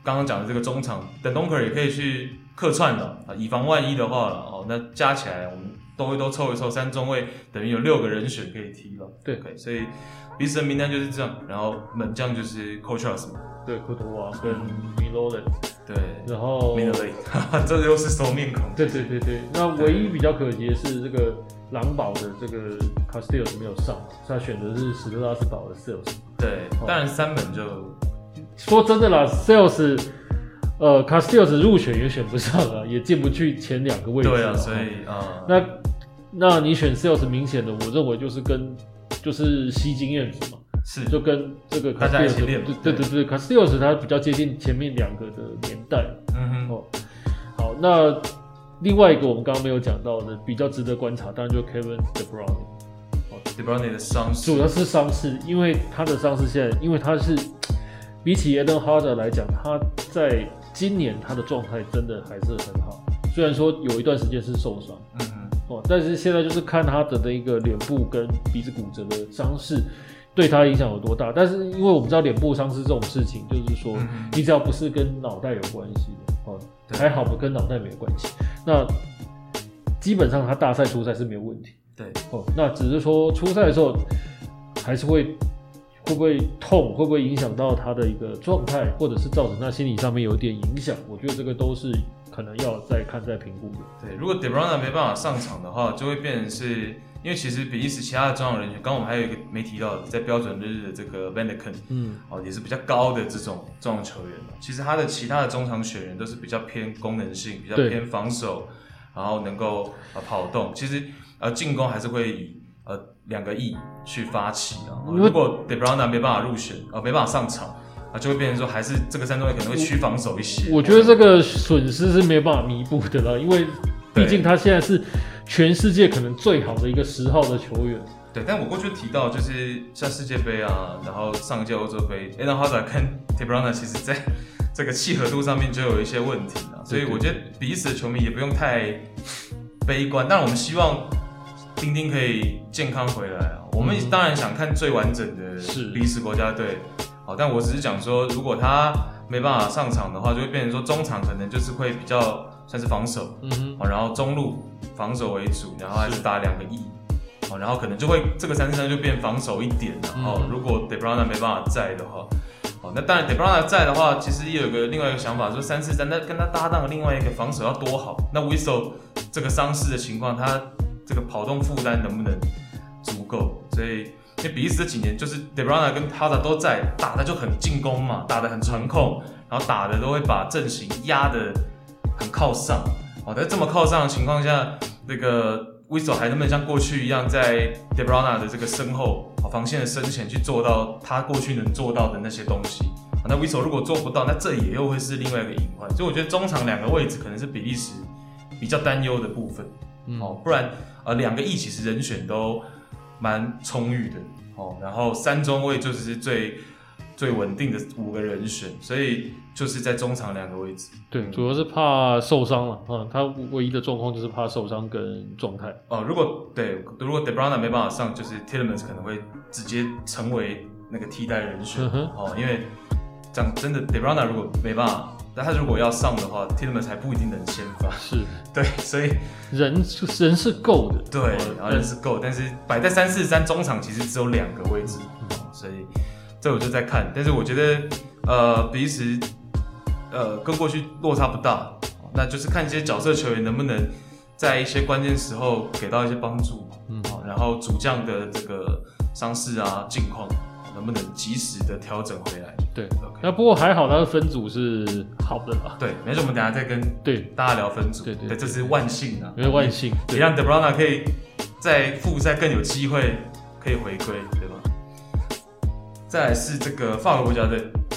刚刚讲的这个中场，等东克尔也可以去客串了啊，以防万一的话了哦，那加起来我们都都凑一凑，三中卫等于有六个人选可以踢了。 对， okay, 所以彼此的名单就是这样，然后门将就是 Koutras 嘛， 对，科托瓦跟米罗人， 对， 然后米勒雷，这又是熟面孔。 对对对对，那唯一比较可惜的是这个狼堡的这个 Casteels 没有上，他选的是史特拉斯堡的 Sales。 对，当然三门就说真的啦 ，Sales。呃 ，Casteels 入选也选不上啊，也进不去前两个位置。 对啊，所以啊、 呃，那那你选 Sales 明显的，我认为就是跟就是吸经验值嘛， 是就跟这个大家一起练， 对对对对 ，Casteels 它比较接近前面两个的年代。 嗯哼， 哦，好，那另外一个我们刚刚没有讲到的，比较值得观察，当然就是 Kevin De Bruyne。 哦 De Bruyne 的伤势， 主要是伤势，因为他的伤势现在，因为他是比起 Eden Hazard 来讲，他在今年他的状态真的还是很好，虽然说有一段时间是受伤， 嗯嗯， 哦，但是现在就是看他的一个脸部跟鼻子骨折的伤势对他影响有多大。但是因为我们知道脸部伤势这种事情，就是说、嗯、你只要不是跟脑袋有关系的，哦，还好不跟脑袋没有关系，那基本上他大赛出赛是没有问题。 对， 哦，那只是说出赛的时候还是会。会不会痛？会不会影响到他的一个状态，或者是造成他心理上面有点影响？我觉得这个都是可能要再看再评估的。 对，如果 De Bruyne 没办法上场的话，就会变成是因为其实比利时其他的中场人员，刚刚我们还有一个没提到的，在标准日的这个 Van de Ken， 嗯，哦，也是比较高的这种中场球员。其实他的其他的中场选人都是比较偏功能性，比较偏防守，然后能够呃跑动。其实呃进攻还是会以呃两个亿去发起啊。如果 De Bruyne 没办法入选，呃没办法上场。啊，就会变成说，还是这个三中卫可能会趋防守一些。 我觉得这个损失是没有办法弥补的了，因为毕竟他现在是全世界可能最好的一个十号的球员。 对，但我过去提到，就是像世界杯啊，然后上一届欧洲杯 ，Eden Hazard 跟 De Bruyne 其实在这个契合度上面就有一些问题啊，所以我觉得比利时的球迷也不用太悲观。但我们希望丁丁可以健康回来啊。我们当然想看最完整的比利时国家队。好，但我只是讲说，如果他没办法上场的话，就会变成说中场可能就是会比较算是防守，嗯哼，好，然后中路防守为主，然后还是打两个翼，好，然后可能就会这个三四三就变防守一点了。好、嗯，如果 De Bruyne 没办法在的话，好，那当然 De Bruyne 在的话，其实也有个另外一个想法，说三四三，那跟他搭档的另外一个防守要多好。那 Witsel 这个伤势的情况，他这个跑动负担能不能足够？所以。因为比利时这几年就是 De Bruyne 跟 Hazard 都在打的就很进攻嘛，打的很传控，然后打的都会把阵型压的很靠上。好，在这么靠上的情况下，这个 Witsel 还能不能像过去一样在 De Bruyne 的这个身后防线的身前去做到他过去能做到的那些东西？那 Witsel 如果做不到，那这也又会是另外一个隐患。所以我觉得中场两个位置可能是比利时比较担忧的部分。嗯，哦，不然呃两个翼其实人选都蛮充裕的。哦，然后三中卫就是最最稳定的五个人选，所以就是在中场两个位置。 对，主要是怕受伤了啊，他唯一的状况就是怕受伤跟状态。 哦，如果对，如果 De Bruyne 没办法上，就是 Tielemans 可能会直接成为那个替代人选。嗯、哦，因为讲真的 De Bruyne 如果没办法，但他如果要上的话 ，Tielemans 还不一定能先发。 是， 对，所以人人是够的， 对，然后人是够，但是摆在三四三中场其实只有两个位置，嗯、所以这我就在看。但是我觉得，呃，比利时呃跟过去落差不大，那就是看一些角色球员能不能在一些关键时候给到一些帮助，嗯，然后主将的这个伤势啊近况。能不能及时的调整回来？ 对 ，OK。那不过还好，他的分组是好的啦。 对，没事，我们等一下再跟对大家聊分组。对 对, 对，这是万幸啊， 因为万幸， 也让 De Bruyne 可以在复赛更有机会可以回归，对吧？再来是这个法国国家队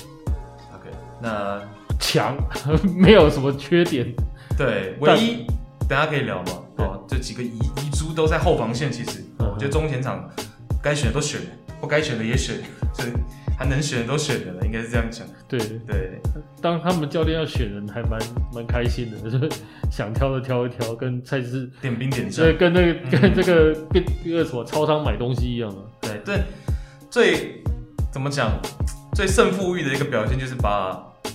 ，OK， 那强没有什么缺点。 对，唯一等一下可以聊嘛。哦，这几个遗遗珠都在后防线，其实、嗯、我觉得中前场该选的都选了。不该选的也选，所以他能选的都选了，应该是这样讲。 对对， 当他们教练要选人，还蛮蛮开心的，就是想挑的挑一挑，跟菜市点兵点将， 对，跟那个、嗯、跟这个跟那个什么超商买东西一样啊。 对对，最怎么讲，最胜负欲的一个表现就是把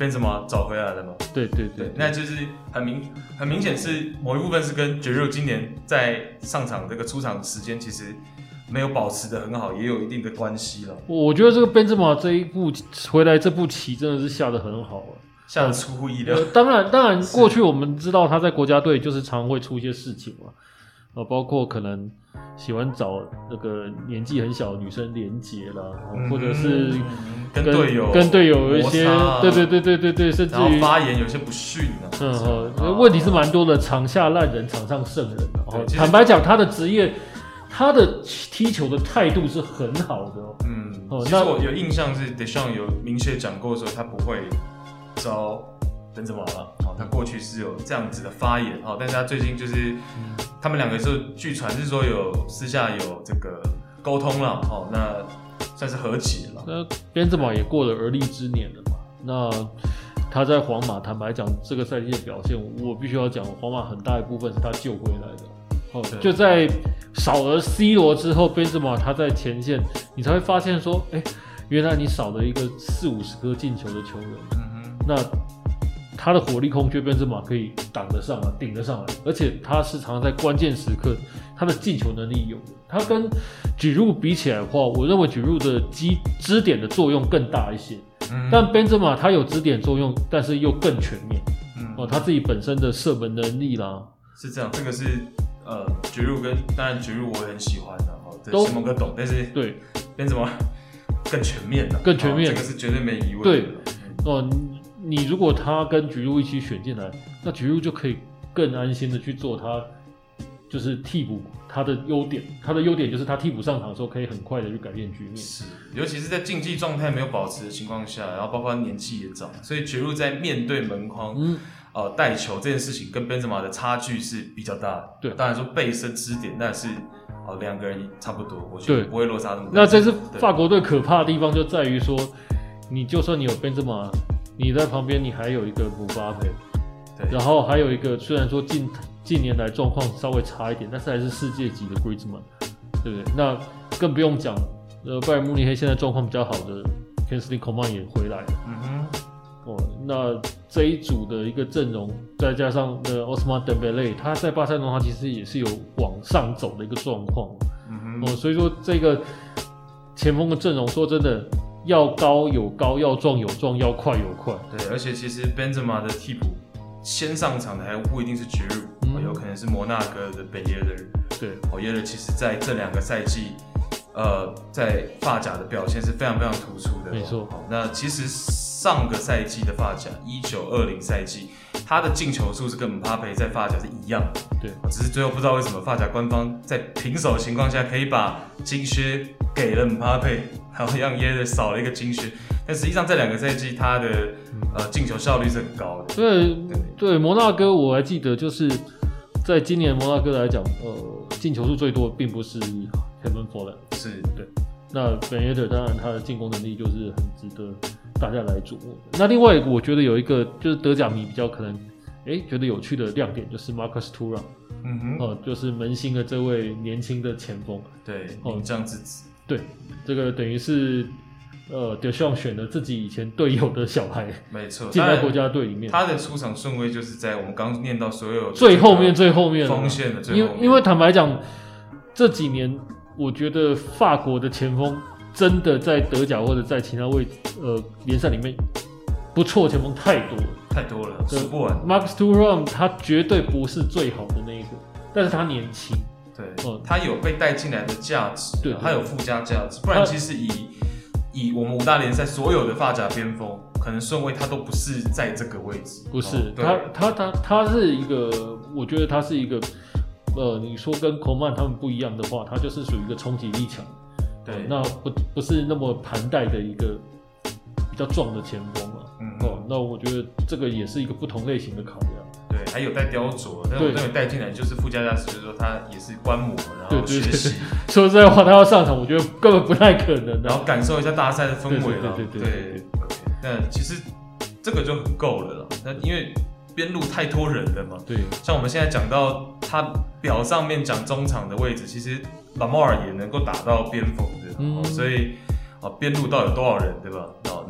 Benzema 找回来了嘛？ 对对 对, 对， 那就是很明很明显是某一部分是跟 Giroud 今年在上场这个出场时间其实没有保持的很好，也有一定的关系了。 我觉得这个 Benzema 这一步回来这步棋真的是下得很好了。 下得出乎意料、 呃。当然，当然，过去我们知道他在国家队就是常会出一些事情嘛，呃，包括可能喜欢找那个年纪很小的女生连结啦，嗯、或者是跟队友跟队友有一些，对对对对对对，甚至于发言有些不逊啊。 嗯哦、呃，问题是蛮多的，场下烂人，场上圣人。哦，坦白讲，他的职业，他的踢球的态度是很好的哦。 嗯，哦，其实我有印象是 Deschamps 有明确讲过说他不会招Benzema了，好，他过去是有这样子的发言，好，但是他最近就是、嗯、他们两个是据传是说有私下有这个沟通了，好，那算是和解了。 那 Benzema 也过了而立之年了嘛，那他在皇马，坦白讲，这个赛季的表现，我必须要讲，皇马很大一部分是他救回来的。哦，就在少了 C 罗之后 ，Benzema 他在前线，你才会发现说，哎、欸，原来你少了一个四五十颗进球的球员。那他的火力空缺Benzema可以挡得上来，顶得上来，而且他是常常在关键时刻，他的进球能力有的。他跟 Giroud 比起来的话，我认为 Giroud 的基支点的作用更大一些，嗯、但 Benzema 他有支点作用，但是又更全面。嗯、哦，他自己本身的射门能力啦， 是这样。这个是呃 Giroud 跟当然 Giroud 我很喜欢的，哦，这西蒙哥懂，但是对 Benzema 更全面的， 更全面， 哦，这个是绝对没疑问的。 对，哦。你如果他跟Giroud一起选进来，那Giroud就可以更安心的去做他就是替补他的优点，他的优点就是他替补上场的时候可以很快的去改变局面。 是，尤其是在竞技状态没有保持的情况下，然后包括年纪也长，所以Giroud在面对门框、嗯、呃带球这件事情跟 Benzema 的差距是比较大的。 对， 当然说背身支点，但是哦两个人差不多，我觉得不会落差那么大。 那这是法国队可怕的地方就在于说，你就算你有 Benzema。你在旁边，你还有一个姆巴佩，对，然后还有一个虽然说近近年来状况稍微差一点，但是还是世界级的 Griezmann， 对不对？那更不用讲，呃，拜仁慕尼黑现在状况比较好的 Kingsley Coman 也回来了，嗯哼，哦，那这一组的一个阵容，再加上呃 Ousmane Dembélé， 他在巴塞罗那其实也是有往上走的一个状况，嗯哼，哦，所以说这个前锋的阵容，说真的。要高有高，要壮有壮，要快有快。 对，而且其实 Benzema 的替补先上场的还不一定是 Giroud，嗯、有可能是摩纳哥的 Bayer。 对， 哦 ，Bayer 其实在这两个赛季，呃，在法甲的表现是非常非常突出的。 没错。 好，那其实上个赛季的法甲一九二零赛季，他的进球数是跟姆巴佩在法甲是一样的。 对， 只是最后不知道为什么法甲官方在平手的情况下，可以把金靴给了姆巴佩。然后让耶的少了一个金靴，但实际上这两个赛季他的呃进球效率是很高的。 对 对, 对，摩纳哥我还记得，就是在今年摩纳哥来讲，呃，进球数最多的并不是 Kevin Folland， 是对。那 Ben Yedder 当然他的进攻能力就是很值得大家来瞩目的。那另外我觉得有一个就是德甲迷比较可能哎觉得有趣的亮点就是 Marcus Thuram， 嗯哼，哦、呃，就是门兴的这位年轻的前锋， 对，名将之子。 对，这个等于是呃 Deschamps 选了自己以前队友的小孩， 没错， 进到国家队里面。 他的出场顺位就是在我们刚刚念到所有最后面、最后面锋线的最后面。 因为因为坦白讲，这几年我觉得法国的前锋真的在德甲或者在其他位呃联赛里面不错前锋太多了， 太多了，数不完。 Marcus Thuram 他绝对不是最好的那一个，但是他年轻。 对，哦，他有被带进来的价值，对，他有附加价值，不然其实以以我们五大联赛所有的法甲边锋，可能顺位他都不是在这个位置， 不是，哦、他他他他是一个，我觉得他是一个，呃，你说跟 Coman 他们不一样的话，他就是属于一个冲击力强， 对，呃、 那不不是那么盘带的一个比较壮的前锋嘛，嗯，哦，那我觉得这个也是一个不同类型的考量。 对，还有带雕琢，但我认为带进来就是附加价值，就是说他也是观摩，然后学习。 说实在话，他要上场，我觉得根本不太可能。 然后感受一下大赛的氛围了。 对对对对对。 那其实这个就很够了啦。那因为边路太多人了嘛。 对。 像我们现在讲到他表上面讲中场的位置，其实拉莫尔也能够打到边锋的，嗯、所以啊边路到底有多少人，对吧？哦，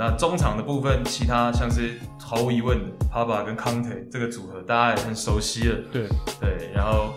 那中场的部分，其他像是毫无疑问的 Pogba 跟 Conte 这个组合，大家也很熟悉了。 对对，然后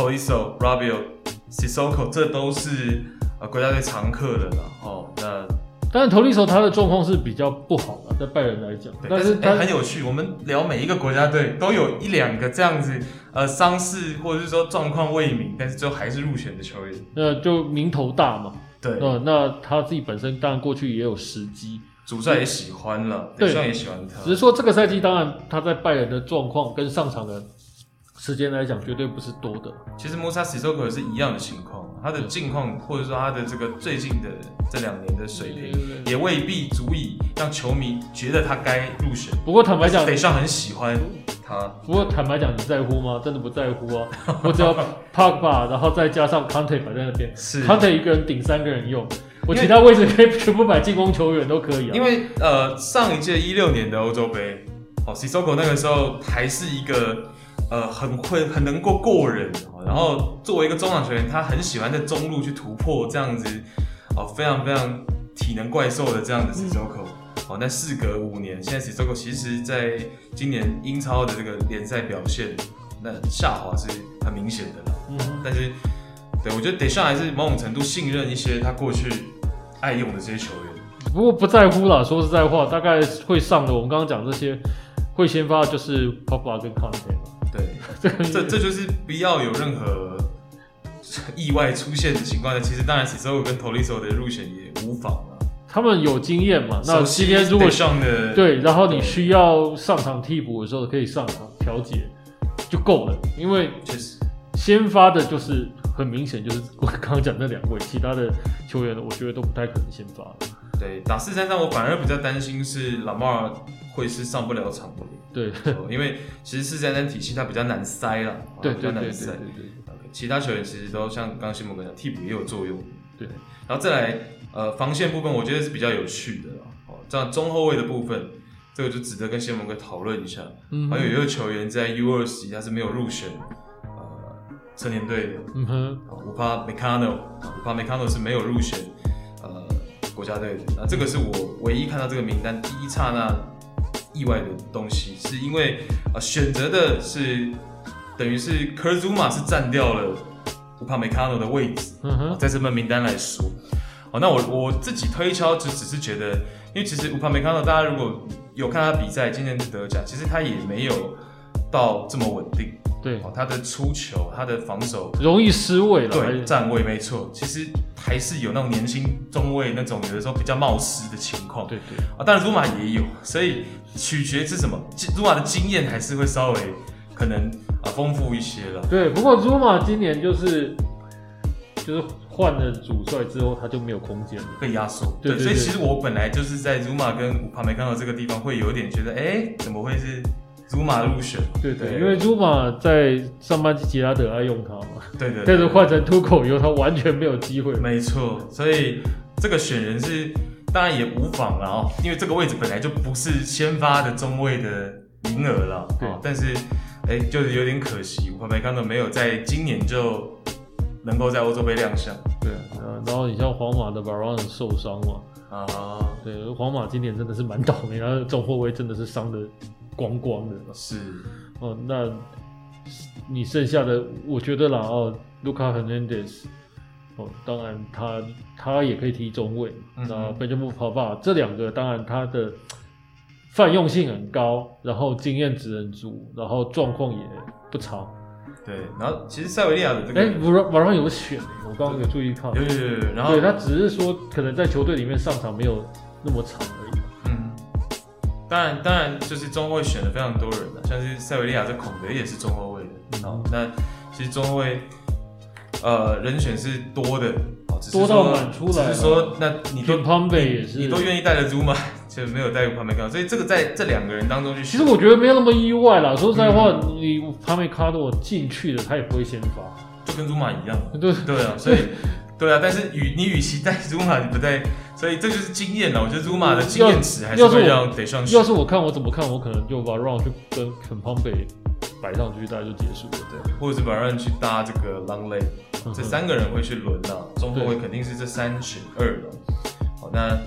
Tolisso、Rabiot、Sissoko 这都是呃国家队常客的了。哦，那当然Tolisso他的状况是比较不好的，在拜仁来讲， 但是他、 欸、很有趣。我们聊每一个国家队都有一两个这样子呃伤势或者是说状况未明，但是最后还是入选的球员。 那就名头大嘛。 对， 呃，那他自己本身当然过去也有时机， 主帅也喜欢了，对，也喜欢他。 只是说这个赛季，当然他在拜仁的状况跟上场的时间来讲，绝对不是多的。 其实 Moussa Sissoko 也是一样的情况，他的近况或者说他的这个最近的这两年的水平，也未必足以让球迷觉得他该入选。 不过坦白讲， 北上很喜欢他。 不过坦白讲，你在乎吗？真的不在乎啊！我只要 Pogba， 然后再加上 Conte 摆在那边，是 Conte 一个人顶三个人用，我其他位置可以全部摆进攻球员都可以啊。 因为呃，上一届一六年的欧洲杯，哦 ，Sissoko 那个时候还是一个呃很会很能够过人，然后作为一个中场球员，他很喜欢在中路去突破这样子，哦，非常非常体能怪兽的这样的 Sissoko。嗯哦，那事隔五年，现在 Sissoko 其实在今年英超的这个联赛表现，那下滑是很明显的啦。嗯，但是，对我觉得 Deschamps 还是某种程度信任一些他过去爱用的这些球员。 不过不在乎啦，说实在话，大概会上的，我们刚刚讲这些会先发的就是 Pogba 跟 Conte 嘛。 对，这这就是不要有任何意外出现的情况下，其实当然 Sissoko 跟 Tolisso 的入选也无妨啦。 他们有经验嘛？那今天如果上的对，然后你需要上场替补的时候，可以上场调节就够了。因为确实先发的就是很明显，就是我刚刚讲那两位，其他的球员我觉得都不太可能先发了。 对，打四三三，我反而比较担心是拉马尔会是上不了场的。 对， 因为其实四三三体系它比较难塞啦， 对， 比较难塞。对对对对。其他球员其实都像刚刚新蒙哥讲，替补也有作用。 对， 然后再来。呃，防线部分我觉得是比较有趣的哦。这样中后卫的部分，这个就值得跟谢蒙哥讨论一下。嗯，还有一个球员在 U 二十 他是没有入选呃成年队的。嗯哼，乌帕梅卡诺，乌帕梅卡诺是没有入选呃国家队的。那这个是我唯一看到这个名单第一刹那意外的东西，是因为呃选择的是等于是科尔祖马是占掉了乌帕梅卡诺的位置。嗯哼，在这份名单来说。哦，那我我自己推敲就只是觉得，因为其实乌帕梅卡诺，大家如果有看他比赛，今年的德甲，其实他也没有到这么稳定。 对， 哦，他的出球，他的防守容易失位了。 对，站位没错，其实还是有那种年轻中卫那种有的时候比较冒失的情况。 对对。 啊，当然鲁马也有，所以取决是什么？鲁马的经验还是会稍微可能啊丰富一些了。 对，不过鲁马今年就是就是。换了主帅之后，他就没有空间了， 被压缩。 对， 对， 对， 对，所以其实我本来就是在 Zouma 跟乌帕梅卡诺这个地方会有点觉得，哎、欸，怎么会是 Zouma 入选？ 对 对, 对，因为 Zouma 在上半季吉拉德爱用他嘛， 对对， 但是换成突口以后，他完全没有机会。 没错，所以这个选人是当然也无妨了哦，因为这个位置本来就不是先发的中卫的名额了，对、哦，但是哎、欸，就是有点可惜，乌帕梅卡诺没有在今年就。能够在欧洲杯亮相， 对，然后你像皇马的 Varane 受伤嘛，啊，对，皇马今年真的是蛮倒霉，然后中后卫真的是伤得光光的， 是， 哦，那你剩下的，我觉得啦，哦 ，Lucas Hernandez， 哦，当然他他也可以踢中卫，那 Benjamin Pavard 这两个，当然他的泛用性很高，然后经验值很足，然后状况也不差。 对，然后其实塞维利亚的这个， 哎，瓦朗有选，我刚刚有注意看， 有有有有，然后对他只是说可能在球队里面上场没有那么长而已。 嗯，当然当然就是中后卫选了非常多人了，像是塞维利亚这孔德也是中后卫的，好、嗯，那其实中后卫呃人选是多的， 多到满出来， 只是说那你都也是， 你都愿意带着猪嘛？就没有带入帕梅卡诺，所以这个在这两个人当中去。 其实我觉得没有那么意外啦。说实在话，嗯、你帕梅卡诺进去了，他也不会先发， 就跟祖马一样。 对对啊，所以对啊，但是与你与其带祖马，你不带，所以这就是经验了。我觉得祖马的经验值还是会让得上去。 要是我看我怎么看，我可能就把 Varane 去跟肯庞贝摆上去，大概就结束了。 对，或者是把 Varane 去搭这个 Longley，、嗯、这三个人会去轮了。中后卫肯定是这三选二了。好，那。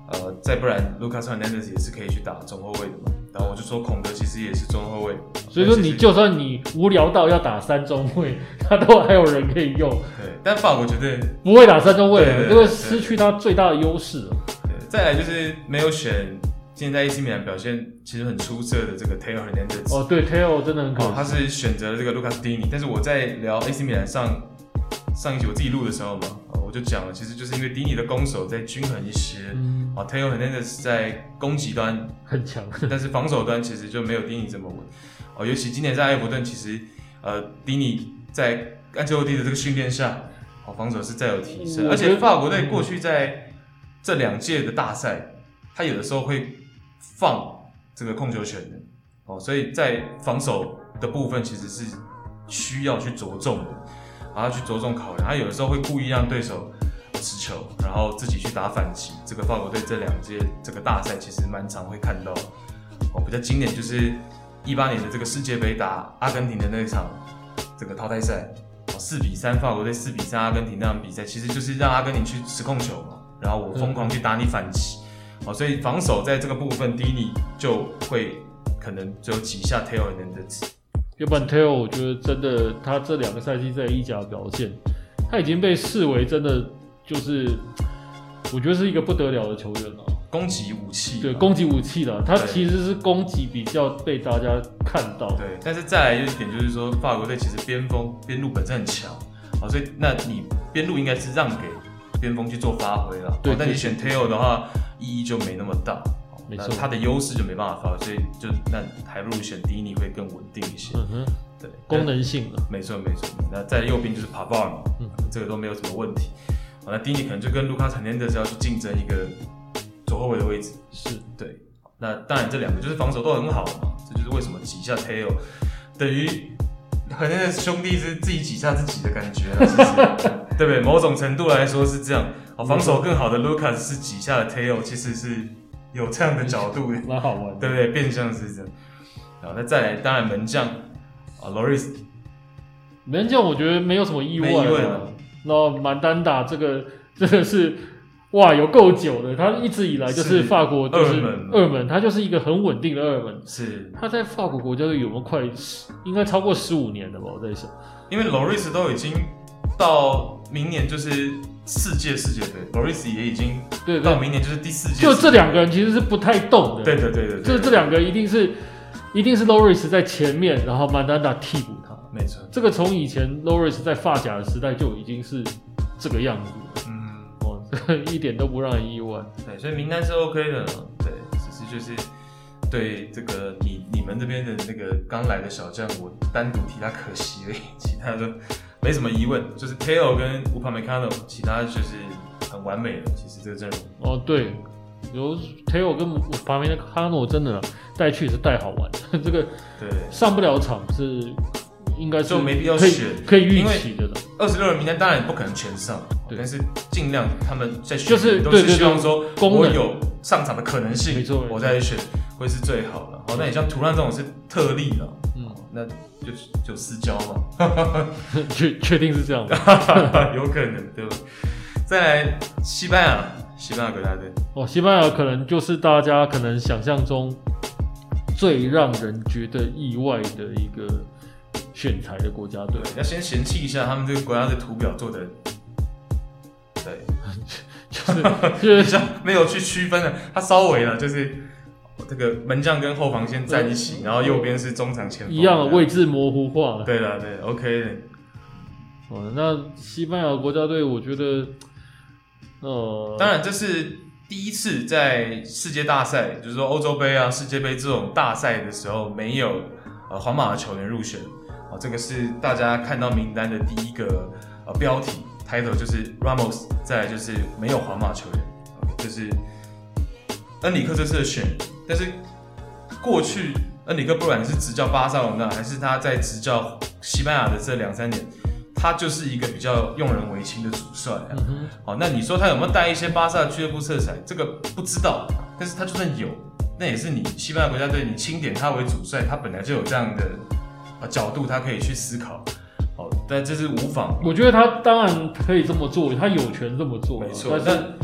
呃，再不然 Lucas Hernandez 也是可以去打中后卫的嘛。然后我就说孔德其实也是中后卫， 所以说你就算你无聊到要打三中卫，他都还有人可以用。 对，但法国绝对不会打三中卫了，就会失去他最大的优势了。 对，再来就是没有选今天在 A C 米兰表现其实很出色的这个 Theo Hernandez。 哦，对 ，Theo 真的很可惜、哦， 他是选择了这个 Lucas Digne， 但是我在聊 A C 米兰上上一集我自己录的时候嘛，我就讲了，其实就是因为 Digne 的攻守再均衡一些，嗯，啊 Theo Hernandez 在攻击端很强， 但是防守端其实就没有 Digne 这么稳。哦，尤其今年在埃弗顿，其实呃 Digne 在安切洛蒂的这个训练下，哦，防守是再有提升，而且法国队过去在这两届的大赛，他有的时候会放这个控球权的，哦，所以在防守的部分其实是需要去着重的，然后去着重考量。他有的时候会故意让对手持球，然后自己去打反击。这个法国队这两届这个大赛其实蛮常会看到，哦，比较经典就是一八年的这个世界杯打阿根廷的那一场这个淘汰赛，四比三法国队四比三阿根廷那场比赛，其实就是让阿根廷去持控球嘛，然后我疯狂去打你反击。哦，所以防守在这个部分 ，Digne 就会可能只有挤下 Theo Hernandez。 要不然 Theo 我觉得真的，他这两个赛季在意甲表现，他已经被视为真的就是，我觉得是一个不得了的球员了。 攻击武器， 对，攻击武器了。他其实是攻击比较被大家看到。 对，但是再来一点就是说，法国队其实边锋边路本身很强，哦，所以那你边路应该是让给边锋去做发挥了。对，但你选 Theo 的话，意义就没那么大。 没错， 他的优势就没办法发挥，所以就那还不如选 Digne 会更稳定一些。 嗯哼， 对， 功能性的。 没错没错。那在右边就是 Pavard 嘛，嗯，这个都没有什么问题。好，那 Digne 可能就跟 Lucas Hernandez 要去竞争一个左后卫的位置。 是， 对。那当然这两个就是防守都很好嘛，这就是为什么挤下 Theo， 等于 Hernandez 兄弟是自己挤下自己的感觉啊，其实对不对？某种程度来说是这样。好，防守更好的 Lucas 是挤下了 Theo， 其实是有这样的角度的， 蛮好玩的， 对不对？变相是这样。好，那再来，当然门将啊 ，Loris， 门将我觉得没有什么意外， 没意外了。 然后曼丹达这个真的是哇，有够久的，他一直以来就是法国就是二门，他就是一个很稳定的二门。 是， 他在法国国家队有没有快应该超过十五年了吧？我在想， 因为 Loris 都已经到明年就是四届世界杯 ，Loris 也已经对到明年就是第四届。 就这两个人其实是不太动的。 对对对对， 这这两个一定是一定是 Loris 在前面，然后曼丹达替补他。 没错， 这个从以前 Loris 在法甲的时代就已经是这个样子了。嗯，哦，这个一点都不让人意外。 对，所以名单是 OK 的。对，只是就是对这个你你们这边的那个刚来的小将，我单独提他可惜而已，其他的没什么疑问。就是 Theo 跟 Upamecano， 其他就是很完美的。其实这个阵容。 哦，对，有 Theo 跟 Upamecano 真的带去也是带好玩的，这个对上不了场是。应该是就没必要选， 可以预期的了。 二十六人名单当然不可能全上，但是尽量他们在选就是都是希望说我有上场的可能性， 没错， 我再选会是最好的。好，那你像图兰这种是特例了，嗯，那就就私交嘛， 确确定是这样的， 有可能对吧？再来西班牙，西班牙国家队哦，西班牙可能就是大家可能想象中最让人觉得意外的一个。选材的国家队， 要先嫌弃一下他们这个国家的图表做的，对， 就是就是比较没有去区分的，他稍微了就是这个门将跟后防线站一起，然后右边是中场前锋， 一样的位置模糊化了。 对了，对 ，OK 的。 哦，那西班牙国家队，我觉得，呃， 当然这是第一次在世界大赛，就是说欧洲杯啊、世界杯这种大赛的时候，没有呃皇马的球员入选。哦，这个是大家看到名单的第一个呃标题 title 就是 Ramos， 再来就是没有皇马球员，这是恩里克这次的选人。但是过去恩里克不管是执教巴塞罗那，还是他在执教西班牙的这两三年，他就是一个比较用人唯亲的主帅啊。嗯、好，那你说他有没有带一些巴萨俱乐部色彩？这个不知道，但是他就算有，那也是你西班牙国家队你钦点他为主帅，他本来就有这样的。角度他可以去思考，哦，但这是无妨。 我觉得他当然可以这么做，他有权这么做， 没错。 但是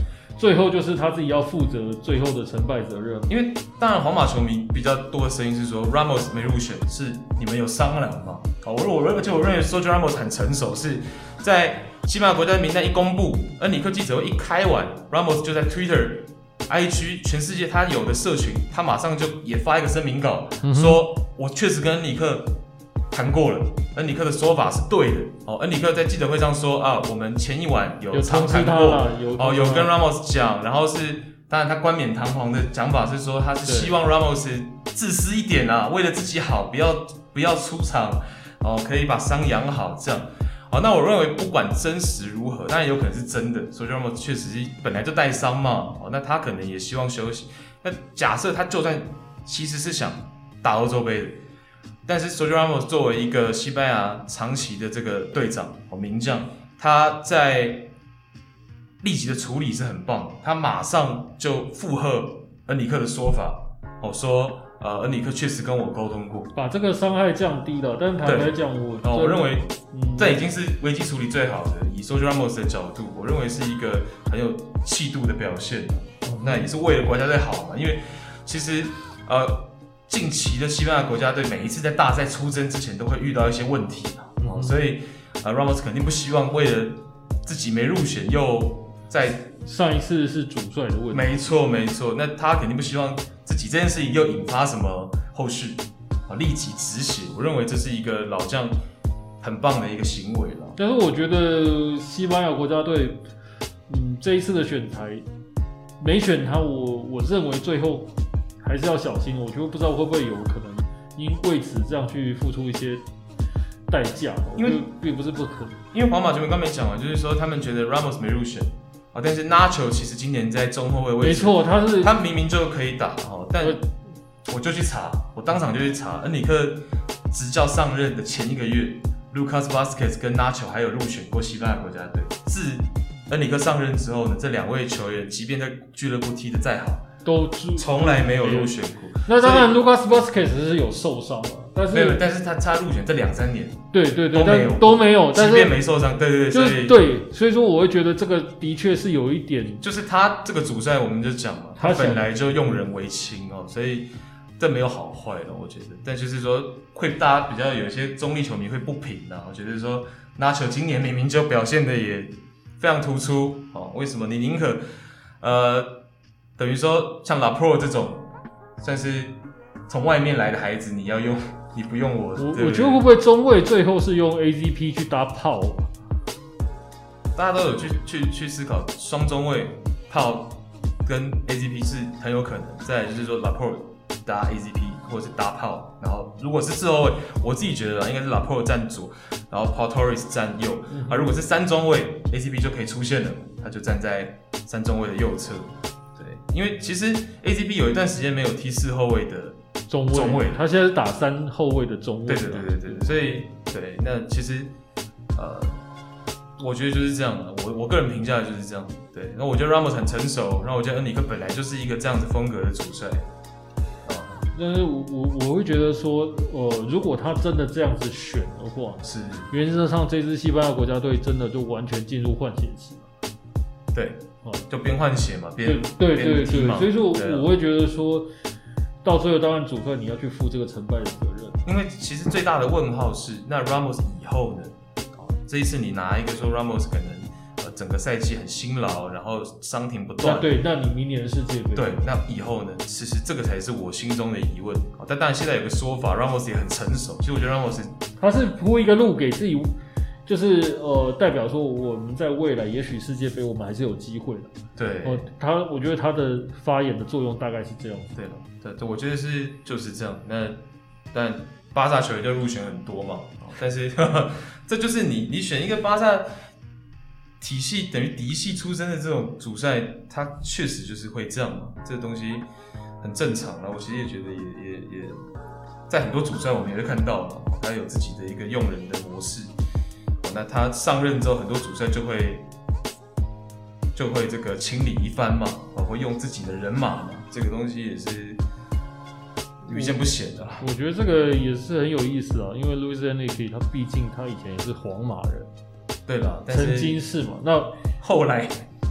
最后就是他自己要负责最后的成败责任。 因为当然皇马球迷比较多的声音是说 Ramos 没入选是你们有商量嘛？好，我我而且我认为 Sergio Ramos 很成熟，是在西班牙国家名单一公布，恩里克记者会一开完 ，Ramos 就在 Twitter、I G 全世界他有的社群，他马上就也发一个声明稿，嗯、说我确实跟恩里克谈过了，恩里克的说法是对的。哦，恩里克在记者会上说啊，我们前一晚有常谈过， 有哦，有跟 Ramos 讲，然后是当然他冠冕堂皇的讲法是说，他是希望 Ramos 自私一点啊，为了自己好，不要不要出场，哦，可以把伤养好这样。好，那我认为不管真实如何，当然有可能是真的，所以 Ramos 确实是本来就带伤嘛，哦，那他可能也希望休息。那假设他就算其实是想打欧洲杯的，但是 Sergio Ramos 作为一个西班牙长期的这个队长哦名将，他在立即的处理是很棒的，他马上就附和恩里克的说法，哦说。呃，恩里克确实跟我沟通过， 把这个伤害降低了。但是坦白讲，我、 哦、我认为这已经是危机处理最好的。以 Sergio Ramos 的角度，我认为是一个很有气度的表现。嗯、那也是为了国家队好嘛，因为其实呃，近期的西班牙国家队每一次在大赛出征之前都会遇到一些问题嘛，嗯、所以呃 Ramos 肯定不希望为了自己没入选又在上一次是主帅的问题， 没错没错，那他肯定不希望自己这件事情又引发什么后续啊，立即止血。我认为这是一个老将很棒的一个行为了。 但是我觉得西班牙国家队，嗯，这一次的选材没选他，我我认为最后还是要小心。我觉得不知道会不会有可能因为此这样去付出一些代价，因为并不是不可能。 因为皇马球迷刚没讲完，就是说他们觉得 Ramos 没入选。哦，但是 Nacho 其实今年在中后卫位置， 没错，他是他明明就可以打哦，但我就去查，我当场就去查，恩里克执教上任的前一个月 ，Lucas Vazquez 跟 Nacho 还有入选过西班牙国家队。自恩里克上任之后呢，这两位球员即便在俱乐部踢得再好， 都从来没有入选过。 那当然 ，Lucas Vazquez 是有受伤了。但是没有，但是他他入选这两三年， 对对对， 都没有都没有，但是即便没受伤，对对对， 所以对，所以说我会觉得这个的确是有一点， 就是他这个主帅我们就讲嘛，他本来就用人为亲哦，所以这没有好坏了，我觉得，但就是说会大家比较有一些中立球迷会不平啊，我觉得说 Nacho 今年明明就表现的也非常突出哦，为什么你宁可呃等于说像 Laporte 这种算是从外面来的孩子，你要用。你不用我， 我我觉得会不会中卫最后是用 A Z P 去搭炮？ 大家都有去去去思考，双中卫炮跟 A Z P 是很有可能。再来就是说 Laporte 搭 A Z P 或者是搭炮，然后如果是四后卫，我自己觉得应该是 Laporte 站左，然后 Pau Torres 站右。嗯、啊，如果是三中卫 ，A Z P 就可以出现了，他就站在三中卫的右侧。对，因为其实 A Z P 有一段时间没有踢四后卫的。 中卫，中卫他现在是打三后卫的中卫。 对对对对对，所以对，那其实呃，我觉得就是这样的。我我个人评价就是这样。对，那我觉得 Ramos 很成熟，然后我觉得恩里克本来就是一个这样子风格的主帅。 啊，但是我我我会觉得说，呃，如果他真的这样子选的话， 是原则上这支西班牙国家队真的就完全进入换血期了。 对，哦，就边换血嘛，边对对对对，所以说我会觉得说。到最后，当然主帅你要去负这个成败的责任。 因为其实最大的问号是，那 Ramos 以后呢？哦、这一次你拿一个说 Ramos 可能呃整个赛季很辛劳，然后伤停不断。 对，那你明年的世界杯？ 对，那以后呢？其实这个才是我心中的疑问。哦、但当然现在有个说法 ，Ramos 也很成熟。其实我觉得 Ramos 他是铺一个路给自己，就是呃代表说我们在未来也许世界杯我们还是有机会的。 对， 哦、呃，他我觉得他的发言的作用大概是这样。 对了。对，我觉得是就是这样。那但巴萨球员就入选很多嘛，但是呵呵这就是你你选一个巴萨体系等于嫡系出身的这种主帅，他确实就是会这样嘛，这个东西很正常啦。我其实也觉得也也也在很多主帅我们也会看到嘛，他有自己的一个用人的模式。那他上任之后，很多主帅就会就会这个清理一番嘛，会用自己的人马嘛，这个东西也是。屡见不鲜的、啊， 我觉得这个也是很有意思啊，因为 Luis Enrique 他毕竟他以前也是皇马人， 对了， 曾经是嘛，那后来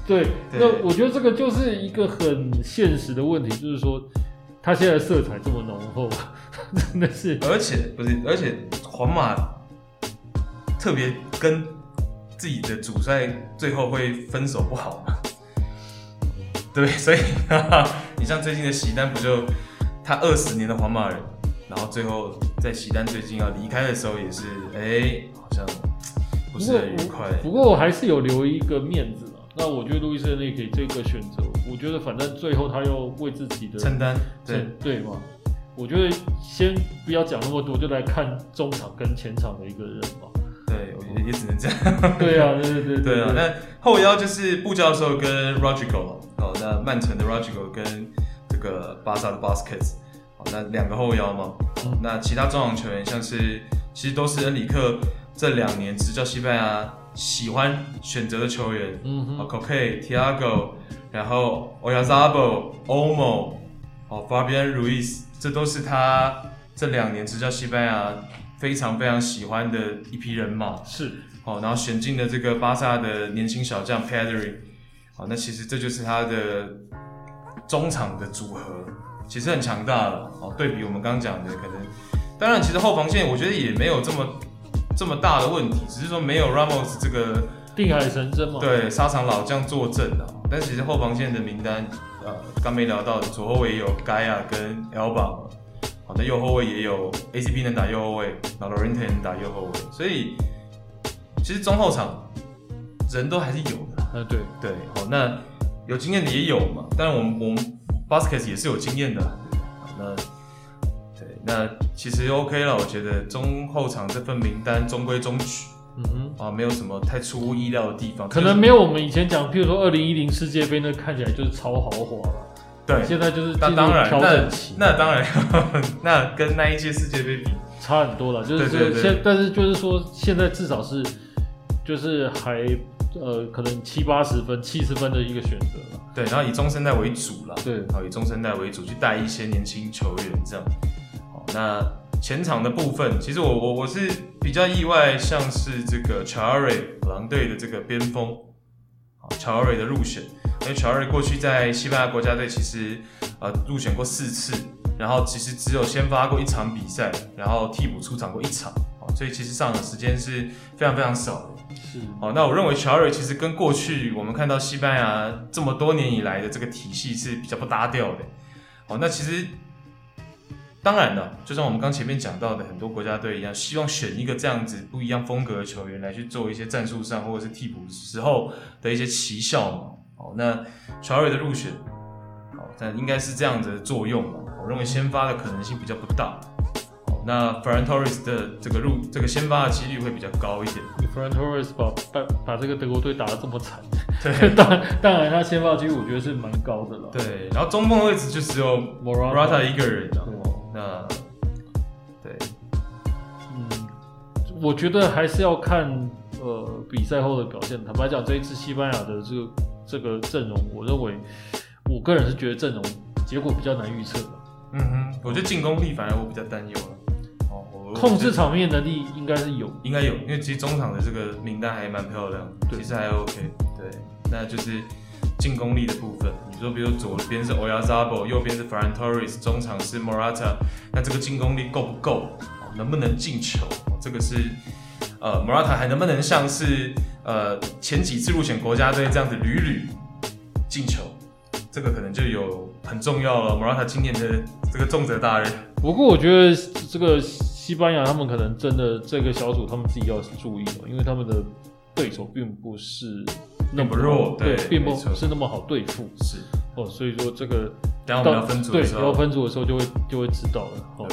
对，那我觉得这个就是一个很现实的问题，就是说他现在色彩这么浓厚，真的是， 而且不是，而且皇马特别跟自己的主帅最后会分手不好嘛？对，所以哈哈你像最近的席丹不就他二十年的皇马人，然后最后在席丹最近要离开的时候也是，哎、欸，好像不是很愉快。 不过我还是有留一个面子。那我觉得路易斯恩内给这个选择，我觉得反正最后他要为自己的承担，对对嘛？我觉得先不要讲那么多，就来看中场跟前场的一个人嘛。 对，我觉得也只能这样。 对啊，对对对 对, 对啊。那后腰就是布教授跟 Rodrigo， 哦，那曼城的 Rodrigo 跟这个巴萨的 Busquets， 好，那两个后腰嘛。嗯、那其他中场球员像是其实都是恩里克这两年执教西班牙喜欢选择的球员，嗯哼 ，Koke、Thiago， 然后 Oyarzabal、Olmo， 哦 ，Fabian Ruiz， 这都是他这两年执教西班牙非常非常喜欢的一批人马。 是， 哦，然后选进的这个巴萨的年轻小将 Pedri， 哦，那其实这就是他的中场的组合，其实很强大了。哦，对比我们刚刚讲的，可能当然其实后防线我觉得也没有这么。这么大的问题，只是说没有 Ramos 这个定海神针嘛， 对，沙场老将坐镇啊。但其实后防线的名单，呃，刚没聊到的，左后卫也有 Gaia 跟 Alba， 好，那右后卫也有 A C P 能打右后卫，然后 Llorente 能打右后卫，所以其实中后场人都还是有的。 嗯，对对，好，那有经验的也有嘛，当然我们我们 Busquets 也是有经验的，那。那其实 OK 了，我觉得中后场这份名单中规中矩，嗯哼，啊，没有什么太出乎意料的地方， 可能没有我们以前讲，譬如说二零一零世界杯那看起来就是超豪华了， 对， 现在就是那当然， 调整期， 那当然，那跟那一届世界杯比差很多了，就是对对对， 但是就是说现在至少是就是还呃可能七八十分、七十分的一个选择了， 对，然后以中生代为主啦， 对， 好，以中生代为主去带一些年轻球员这样。那前场的部分，其实我我我是比较意外，像是这个乔尔瑞狼队的这个边锋，乔尔瑞的入选，因为乔尔瑞过去在西班牙国家队其实呃入选过四次，然后其实只有先发过一场比赛，然后替补出场过一场，所以其实上场时间是非常非常少的。 是， 好，那我认为乔尔瑞其实跟过去我们看到西班牙这么多年以来的这个体系是比较不搭调的。好，那其实。当然了，就像我们刚前面讲到的，很多国家队一样，希望选一个这样子不一样风格的球员来去做一些战术上或者是替补时候的一些奇效嘛。好，那乔尔瑞的入选，好，但应该是这样子的作用嘛。我认为先发的可能性比较不大。好，那 Ferran Torres 的这个入这个先发的几率会比较高一点。 Ferran Torres 把把把这个德国队打得这么惨，对，当然当然他先发几率我觉得是蛮高的了。 对，然后中锋的位置就只有 Morata 一个人。那对， 嗯，我觉得还是要看呃比赛后的表现。坦白讲，这一次西班牙的这个这个阵容，我认为我个人是觉得阵容结果比较难预测的。 嗯哼，我觉得进攻力反而我比较担忧了。哦，我控制场面能力应该是有， 应该有，因为其实中场的这个名单还蛮漂亮，其实还 OK。对，那就是进攻力的部分。你说，比如左边是 Oyarzabal， 右边是 Ferran Torres， 中场是 Morata， 那这个进攻力够不够？能不能进球？这个是呃 Morata 还能不能像是呃前几次入选国家队这样子屡屡进球？这个可能就有很重要了。Morata 今年的这个重责大任。 不过我觉得这个西班牙他们可能真的这个小组他们自己要注意了，因为他们的对手并不是那么弱，对，并不是那么好对付， 是哦，所以说这个等一下我们要分组的时候， 对，要分组的时候就会就会知道了。哦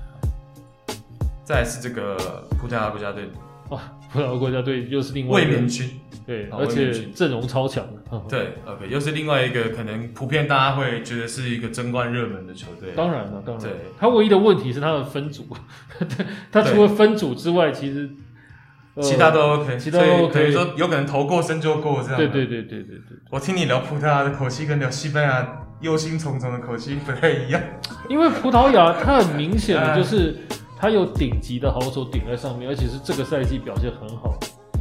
okay. 再来是这个葡萄牙国家队， 哇，葡萄牙国家队又是另外一个卫冕军， 对，而且阵容超强的， 对 ，OK， 又是另外一个可能普遍大家会觉得是一个争冠热门的球队。 当然了，当然， 对， 他唯一的问题是他的分组，他除了分组之外，其实。 呃、其他都 OK， 其他都 OK， 等于说有可能投过身就过这样。 对对对对对对。 我听你聊葡萄牙的口气跟聊西班牙忧心忡忡的口气不太一样。 因为葡萄牙它很明显的就是它有顶级的好手顶在上面，而且是这个赛季表现很好。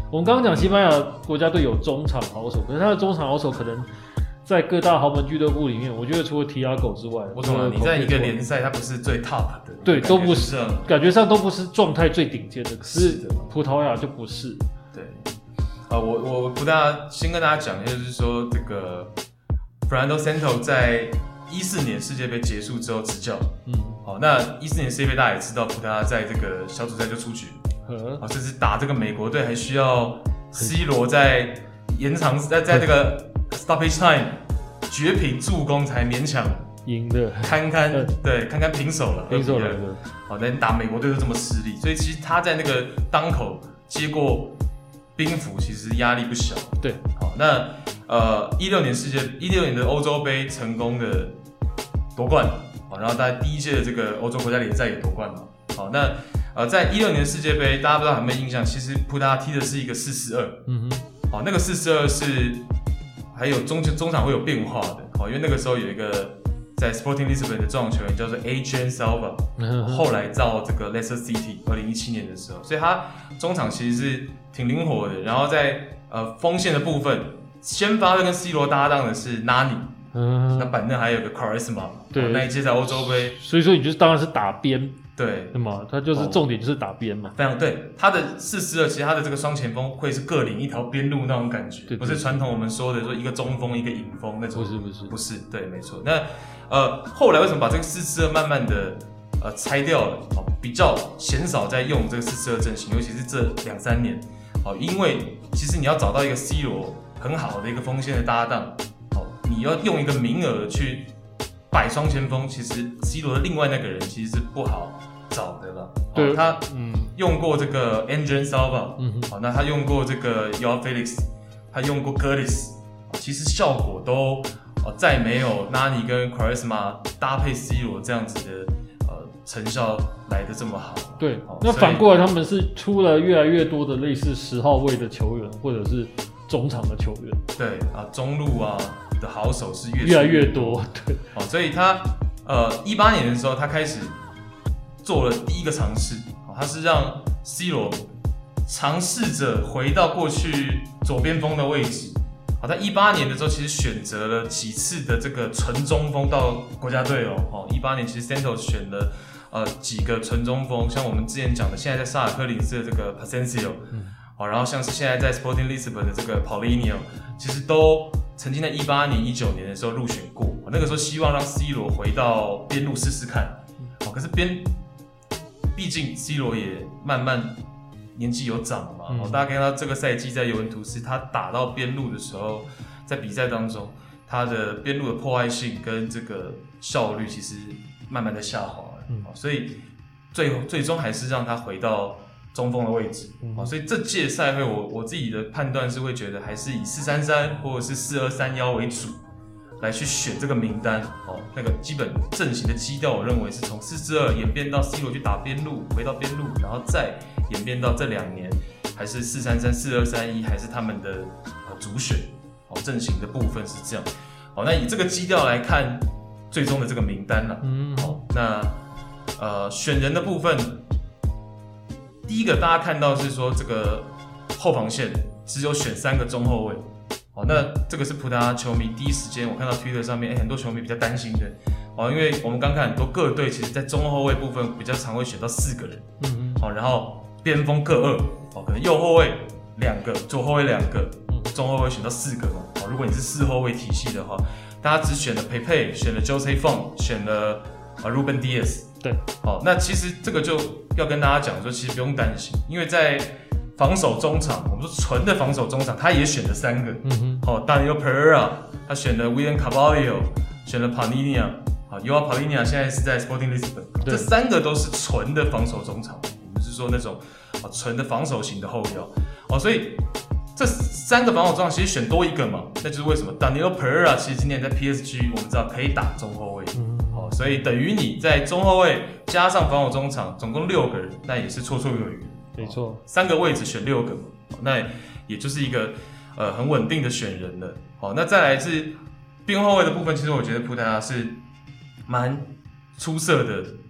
我们刚刚讲西班牙国家队有中场好手，可是他的中场好手可能在各大豪门俱乐部里面，我觉得除了提亚狗之外， 我懂了，你在一个联赛，它不是最 top 的， 对，都不是，感觉上都不是状态最顶尖的。可是葡萄牙就不是。 对，啊、呃，我我葡萄牙先跟大家讲，就是说这个 Fernando Santos 在一四年世界杯结束之后执教，嗯，好，那一四年世界杯大家也知道，葡萄牙在这个小组赛就出局，好，甚至打这个美国队还需要 C 罗在延长在在这个 stoppage time 绝平助攻才勉强赢的， 堪堪对堪堪平手了， 平手了， 好，但打美国队就这么失利，所以其实他在那个当口接过兵符，其实压力不小。 对， 好，那呃一六年世界一六年的欧洲杯成功的夺冠，好，然后大家第一届的这个欧洲国家联赛也夺冠嘛，好，那呃在一六年世界杯，大家不知道有没有印象？其实葡萄牙踢的是一个四四二，嗯哼，好，那个四四二是还有中中场会有变化的，好，因为那个时候有一个在 Sporting Lisbon 的中场球员叫做 Adrian Silva， 后来到这个 Leicester City， 二零一七年的时候，所以他中场其实是挺灵活的。然后在呃锋线的部分，先发的跟 C 罗搭档的是 Nani， 嗯，那板凳还有个 Quaresma， 对，那一届在欧洲杯， 所以说你就当然是打边。 对， 那么他就是重点就是打边嘛， 非常对。他的四四二，其实他的这个双前锋会是各领一条边路那种感觉，对对对，不是传统我们说的说一个中锋一个影锋那种， 不是不是不是，对，没错。那呃后来为什么把这个四四二慢慢的呃拆掉了？哦，比较鲜少在用这个四四二阵型，尤其是这两三年，哦，因为其实你要找到一个 C 罗很好的一个锋线的搭档，哦，你要用一个名额去摆双前锋，其实 C 罗的另外那个人其实是不好找的了。对，哦、他嗯用过这个 Adrian Silva， 嗯哼，好、哦，那他用过这个 Joao Felix， 他用过 Curtis， 其实效果都哦再没有 Nani 跟 Quaresma 搭配 C 罗这样子的呃成效来得这么好。 对，哦、那反过来他们是出了越来越多的类似十号位的球员，或者是中场的球员。 对啊，中路啊的好手是越越来越多。对， 好、哦，所以他呃一八年的时候，他开始做了第一个尝试，他是让 C 罗尝试着回到过去左边锋的位置。好，在一八年的时候，其实选择了几次的这个纯中锋到国家队哦。哦，一八年其实 Santos 选了呃几个纯中锋，像我们之前讲的，现在在萨尔科林斯的这个 Pasencio， 嗯，好，然后像是现在在 Sporting Lisbon 的这个 Paulinho， 其实都曾经在一八年、一九年的时候入选过。那个时候希望让 C 罗回到边路试试看。好，可是边毕竟 C 罗也慢慢年纪有长嘛，嗯哦、大家看到这个赛季在尤文图斯，他打到边路的时候，在比赛当中，他的边路的破坏性跟这个效率其实慢慢的下滑了，嗯哦、所以最最终还是让他回到中锋的位置，嗯哦、所以这届赛会我我自己的判断是会觉得还是以四三三或者是四二三一为主。来去选这个名单哦，那个基本阵型的基调，我认为是从四四二演变到 C 罗去打边路，回到边路，然后再演变到这两年还是四三三、四二三一，还是他们的呃主选哦，阵型的部分是这样。好，那以这个基调来看最终的这个名单了。嗯，好，那呃选人的部分，第一个大家看到是说这个后防线只有选三个中后卫。好，那这个是葡萄牙球迷第一时间我看到 Twitter 上面，哎，很多球迷比较担心的，哦，因为我们刚看很多各队其实在中后卫部分比较常会选到四个人，嗯嗯，好，然后边锋各二，哦，可能右后卫两个，左后卫两个，中后卫选到四个嘛，哦，如果你是四后卫体系的话，大家只选了 Pepe， 选了 Jose Font， 选了呃 Ruben Dias， 对，好，那其实这个就要跟大家讲说，其实不用担心，因为在防守中场，我们说纯的防守中场，他也选了三个。嗯哼，好、哦、，Daniel Pereira， 他选了 William Carvalho， 选了 Palhinha， 好 ，Joao Palhinha 现在是在 Sporting Lisbon， 这三个都是纯的防守中场，我们是说那种啊纯的防守型的后腰。哦，所以这三个防守中场其实选多一个嘛，那就是为什么 Daniel Pereira 其实今年在 P S G 我们知道可以打中后卫，嗯，好、哦，所以等于你在中后卫加上防守中场，总共六个人，那也是绰绰有余。 没错， 三个位置选六个，那也就是一个呃很稳定的选人了。好，那再来是边后卫的部分，其实我觉得葡萄牙是蛮出色的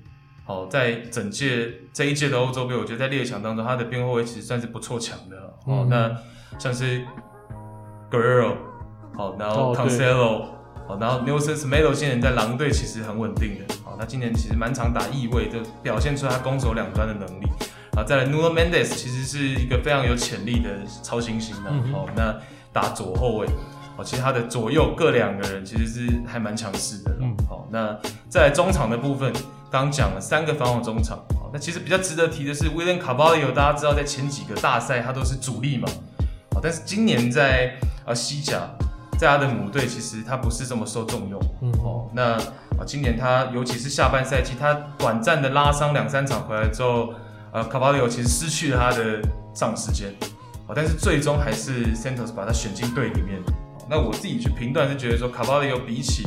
好，在整届这一届的欧洲杯，我觉得在列强当中，他的边后卫其实算是不错强的。哦、嗯，那像是 Guerrero， 好，然后 Cancelo， 好，然后 Nelson Semedo 今年在狼队其实很稳定的。好，他今年其实蛮常打翼位，就表现出他攻守两端的能力。好，再来 Nuno Mendes 其实是一个非常有潜力的超新星的。嗯、哦，那打左后卫。其实他的左右各两个人其实是还蛮强势的。嗯，好，那在中场的部分，刚刚讲了三个防守中场。好，那其实比较值得提的是 William Carvalho， 大家知道在前几个大赛他都是主力嘛。好，但是今年在呃西甲，在他的母队其实他不是这么受重用。嗯，哦，那啊今年他尤其是下半赛季，他短暂的拉伤两三场回来之后，呃 Carvalho 其实失去了他的上场时间。好，但是最终还是 Santos 把他选进队里面。那我自己去评断是觉得说 Carvalho 比起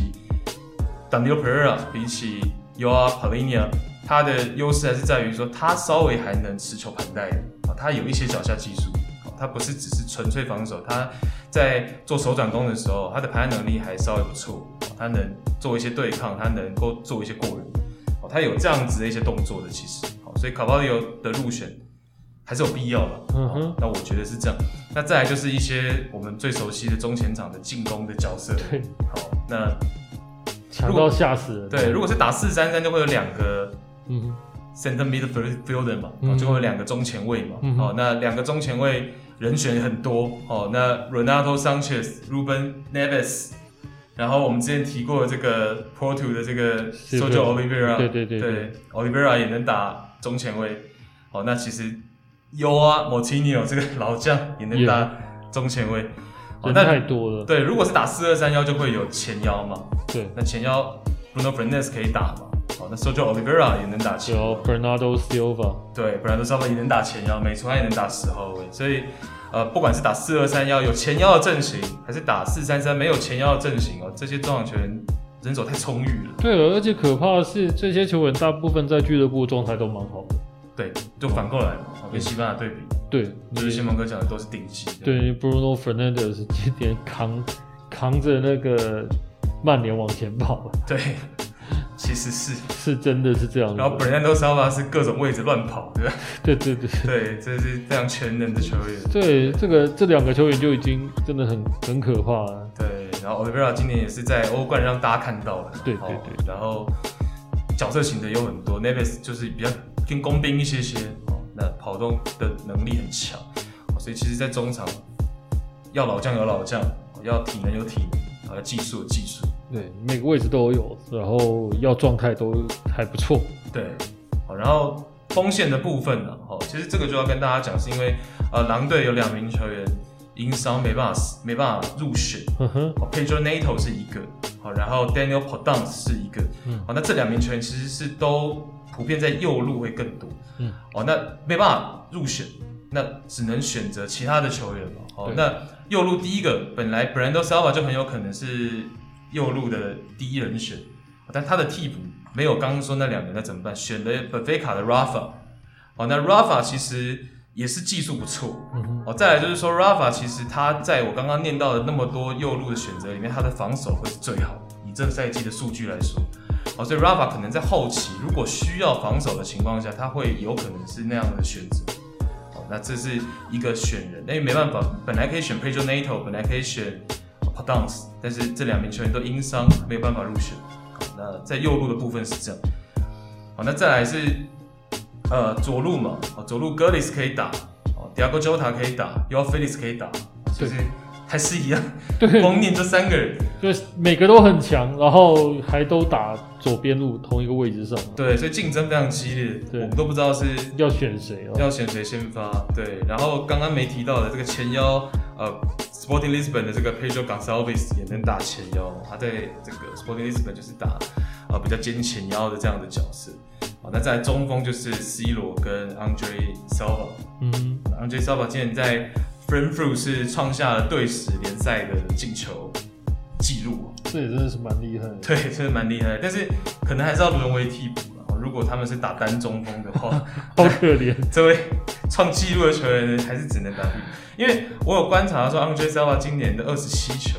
Danilo Pereira， 比起 Joao Palhinha， 他的优势还是在于说他稍微还能持球盘带的，他有一些脚下技术，他不是只是纯粹防守，他在做手转攻的时候，他的盘带能力还稍微不错，他能做一些对抗，他能够做一些过人，他有这样子的一些动作的其实，所以 Carvalho 的入选还是有必要的。嗯哼，那我觉得是这样。那再来就是一些我们最熟悉的中前场的进攻的角色。 对， 好，那强到吓死人。 对，如果是打四三三，就会有两个嗯 center midfielder 嘛，嗯、就会有两个中前卫嘛。嗯、好，那两个中前卫人选很多。好，那 Renato Sanchez、Ruben Neves， 然后我们之前提过的这个 Porto 的这个 Sergio Oliveira， 对对对对, 对 ，Oliveira 也能打中前卫。好，那其实。有啊 ，Moutinho 这个老将也能打中前卫， 哦，那太多了。 对，如果是打四二三一就会有前腰嘛。 对， 那前腰 Bruno Fernandes 可以打嘛。好，那 Sergio Oliveira 也能打前腰。 有 Bernardo Silva， 对 ，Bernardo Silva 也能打前腰，没错，他也能打十号位。所以，呃，不管是打四二三一有前腰的阵型，还是打四三三没有前腰的阵型哦，这些中场球员人手太充裕了。 对了，而且可怕的是，这些球员大部分在俱乐部状态都蛮好的。 对，就反过来嘛，跟西班牙对比， 对， 就是先锋哥讲的都是顶级的。 对 ，Bruno Fernandes 今天扛扛着那个曼联往前跑了。 对，其实是是真的是这样。 然后 Bernardo Silva 是各种位置乱跑，对吧？ 对对对对，这是非常全能的球员。 对，这个这两个球员就已经真的很很可怕了。 对，然后 Oliveira 今年也是在欧冠让大家看到了。 对对对， 然后角色型的有很多 ，Neves 就是比较。跟工兵一些些，那跑动的能力很强，所以其实，在中场要老将有老将，要体能有体能，要技术有技术， 对，每个位置都有，然后要状态都还不错， 对，好，然后锋线的部分呢，好，其实这个就要跟大家讲，是因为呃，狼队有两名球员因伤没办法没办法入选，嗯哼 ，Pedro Neto 是一个，好，然后 Daniel Podence 是一个，嗯，好，那这两名球员其实是都。普遍在右路会更多，嗯，哦，那没办法入选，那只能选择其他的球员了。哦，那右路第一个本来 Bernardo Silva 就很有可能是右路的第一人选，但他的替补没有刚刚说那两个，那怎么办？选了 Benfica 的 Rafa， 哦，那 Rafa 其实也是技术不错，嗯哦，再来就是说 Rafa 其实他在我刚刚念到的那么多右路的选择里面，他的防守会是最好的，以这个赛季的数据来说。哦，所以 Rafa 可能在后期如果需要防守的情况下，他会有可能是那样的选择。哦，那这是一个选人，因为没办法，本来可以选 Pedro Neto， 本来可以选 Podence， 但是这两名球员都因伤没有办法入选。哦，那在右路的部分是这样。好，那再来是呃左路嘛，哦，左路 Gullis 可以打，哦 Diogo Jota 可以打 Joao Felix 可以打，就是还是一样， 对， 光念这三个人， 就是每个都很强，然后还都打左边路同一个位置上， 对，所以竞争非常激烈，我们都不知道是要选谁， 要选谁先发，对，然后刚刚没提到的这个前腰，呃 ，Sporting Lisbon 的这个 Pedro Gonçalves 也能打前腰，他在这个 Sporting Lisbon 就是打呃比较兼前腰的这样的角色，好，那在中锋就是 C 罗跟 Andre Silva， 嗯 ，Andre Silva 今年在Brentford 是创下了队史联赛的进球纪录， 这也真的是蛮厉害的。 对，真的蛮厉害的，但是可能还是要沦为替补了。如果他们是打单中锋的话， 好可怜。 这位创纪录的球员还是只能打替补，因为我有观察说 Andre Silva 今年的二十七球，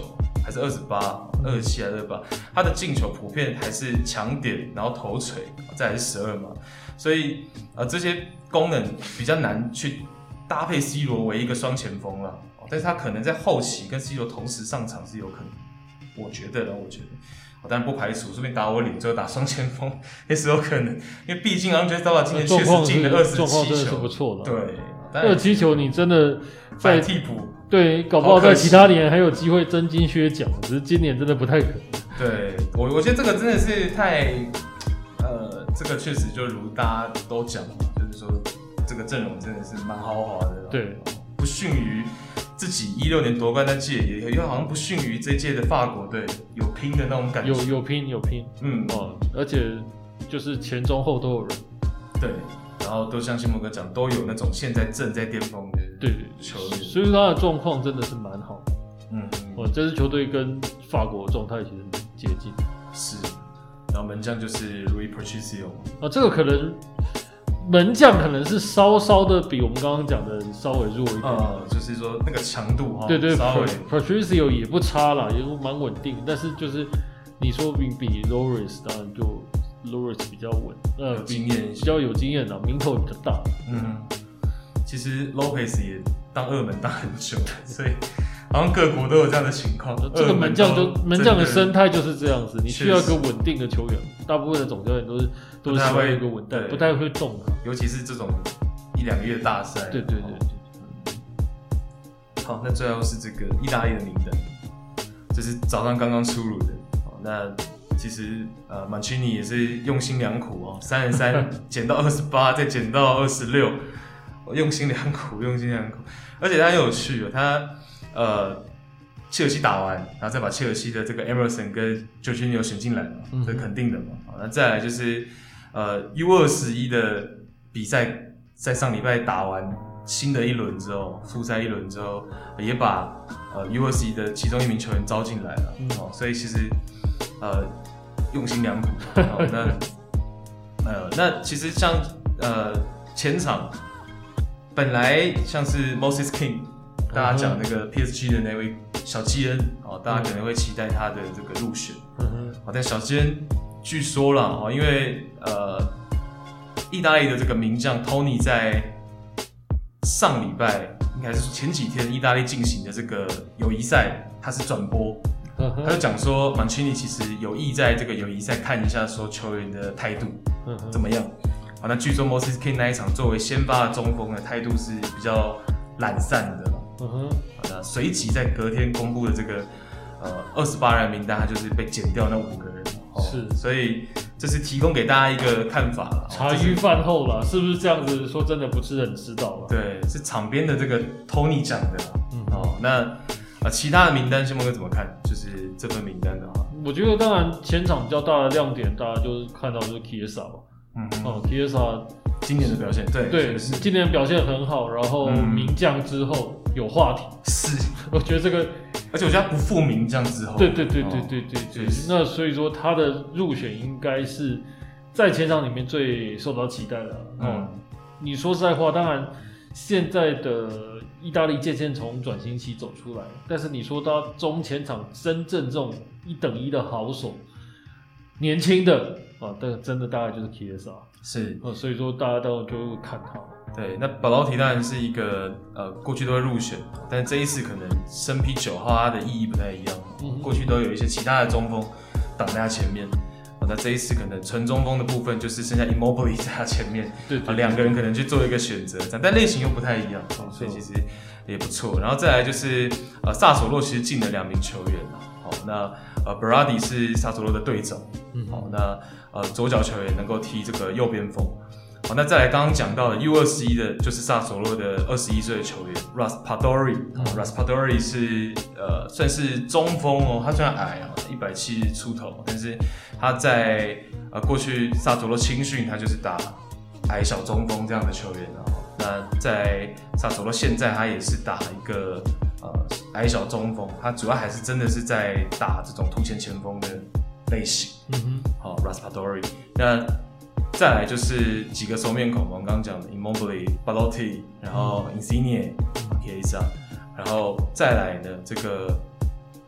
还是二十八、二十七还是二十八，他的进球普遍还是抢点，然后头锤，再来是十二码，所以呃这些功能比较难去搭配 C 罗为一个双前锋啦，但是他可能在后期跟 C 罗同时上场是有可能，我觉得啦，我觉得。当然不排除，说不定打我脸之后打双前锋也是有可能，因为毕竟 Andre Silva 今年确实进了二十七球，状况真的是不错的。 对， 二十七球你真的在替补， 对，搞不好在其他年还有机会争金靴奖，只是今年真的不太可能。 对，我我觉得这个真的是太，呃，这个确实就如大家都讲嘛，就是说这个阵容真的是蛮豪华的， 对， 不逊于。自己一六年夺冠那届也也好像不逊于这届的法国队有拼的那种感觉， 有有拼有拼，嗯哦，而且就是前中后都有人， 对，然后都像新蒙哥讲，都有那种现在正在巅峰的对球员，所以他的状况真的是蛮好的，嗯哦，这支球队跟法国的状态其实很接近， 是，然后门将就是 Rui Patricio 啊，这个可能。门将可能是稍稍的比我们刚刚讲的稍微弱一点， 呃，就是说那个强度哈， 对对， 稍微 Patricio 也不差啦，也蛮稳定，但是就是你说比比 Loris 当然就 Loris 比较稳，呃， 有经验， 比较有经验啦，名头比较大。 嗯，其实 Lopez 也当二门当很久，所以好像各国都有这样的情况。 这个门将就门将的生态就是这样子，你需要一个稳定的球员，大部分的总教练都是。都是需要一个稳定，不太会动的， 尤其是这种一两个月大赛。 对对对对。好，那最后是这个意大利的名单，这是早上刚刚出炉的。好，那其实呃，曼奇尼也是用心良苦哦，三十三减到二十八，再减到二十六，用心良苦，用心良苦。而且他很有趣哦，他呃，切尔西打完，然后再把切尔西的这个 Emerson 跟 Jorginho 选进来嘛，嗯、这肯定的嘛。好，那再来就是。呃 U 二十一 的比赛在上礼拜打完新的一轮之后，复赛一轮之后，也把呃 U 二十一 的其中一名球员招进来了，嗯、哦，所以其实呃用心良苦。哦、那呃那其实像呃前场本来像是 Moses King， 大家讲那个 P S G 的那位小基恩，哦，大家可能会期待他的这个入选，嗯、哦，但小基恩。据说啦，哦，因为呃，意大利的这个名将 Tony 在上礼拜，应该是前几天，意大利进行的这个友谊赛，他是转播，他就讲说，曼奇尼其实有意在这个友谊赛看一下说球员的态度怎么样。好，那据说 Moses King 那一场作为先发的中锋的态度是比较懒散的，嗯哼，那随即在隔天公布的这个呃二十八人名单，他就是被减掉那五个人。是，所以这是提供给大家一个看法啦， 茶余饭后啦，是不是这样子？说真的，不是很知道啦。 对，是场边的这个 Tony 讲的。嗯，哦，那呃，其他的名单，先蒙哥怎么看？就是这份名单的话， 我觉得当然前场比较大的亮点，大家就是看到就是 Chiesa 吧。嗯，哦 ，Chiesa 今年的表现，对对，今年表现很好，然后名将之后有话题。 是， 我觉得这个。 而且我觉得他不负名将之后， 对对对对对对对，那所以说他的入选应该是在前场里面最受到期待的。嗯，你说实在话，当然现在的意大利渐渐从转型期走出来，但是你说到中前场真正这种一等一的好手，年轻的啊，这真的大概就是 Chiesa， 是， 呃，所以说大家当然就会看他。 对，那保劳提当然是一个呃，过去都会入选，但是这一次可能身披九号，它的意义不太一样。嗯、过去都有一些其他的中锋挡在他前面，哦、那这一次可能纯中锋的部分就是剩下 Immobile 在他前面， 对， 啊，两个人可能去做一个选择，但类型又不太一样，哦、所以其实也不错。然后再来就是呃，萨索洛其实进了两名球员了，好、哦，那呃 Berardi 是萨索洛的队长，嗯，好、哦，那呃左脚球员能够踢这个右边锋。好，那再来刚刚讲到的 U 二十一 的，就是萨索洛的二十一岁的球员 Raspadori， 嗯、Raspadori 是呃算是中锋哦，他虽然矮啊，一百七十出头，但是他在呃过去萨索洛青训，他就是打矮小中锋这样的球员啊。那在萨索洛现在他也是打一个呃矮小中锋，他主要还是真的是在打这种突前前锋的类型。嗯哼，好 Raspadori， 那。再来就是几个熟面孔，我们刚刚讲的 Immobile、Belotti， 然后 Insigne、Chiesa， 然后再来呢，这个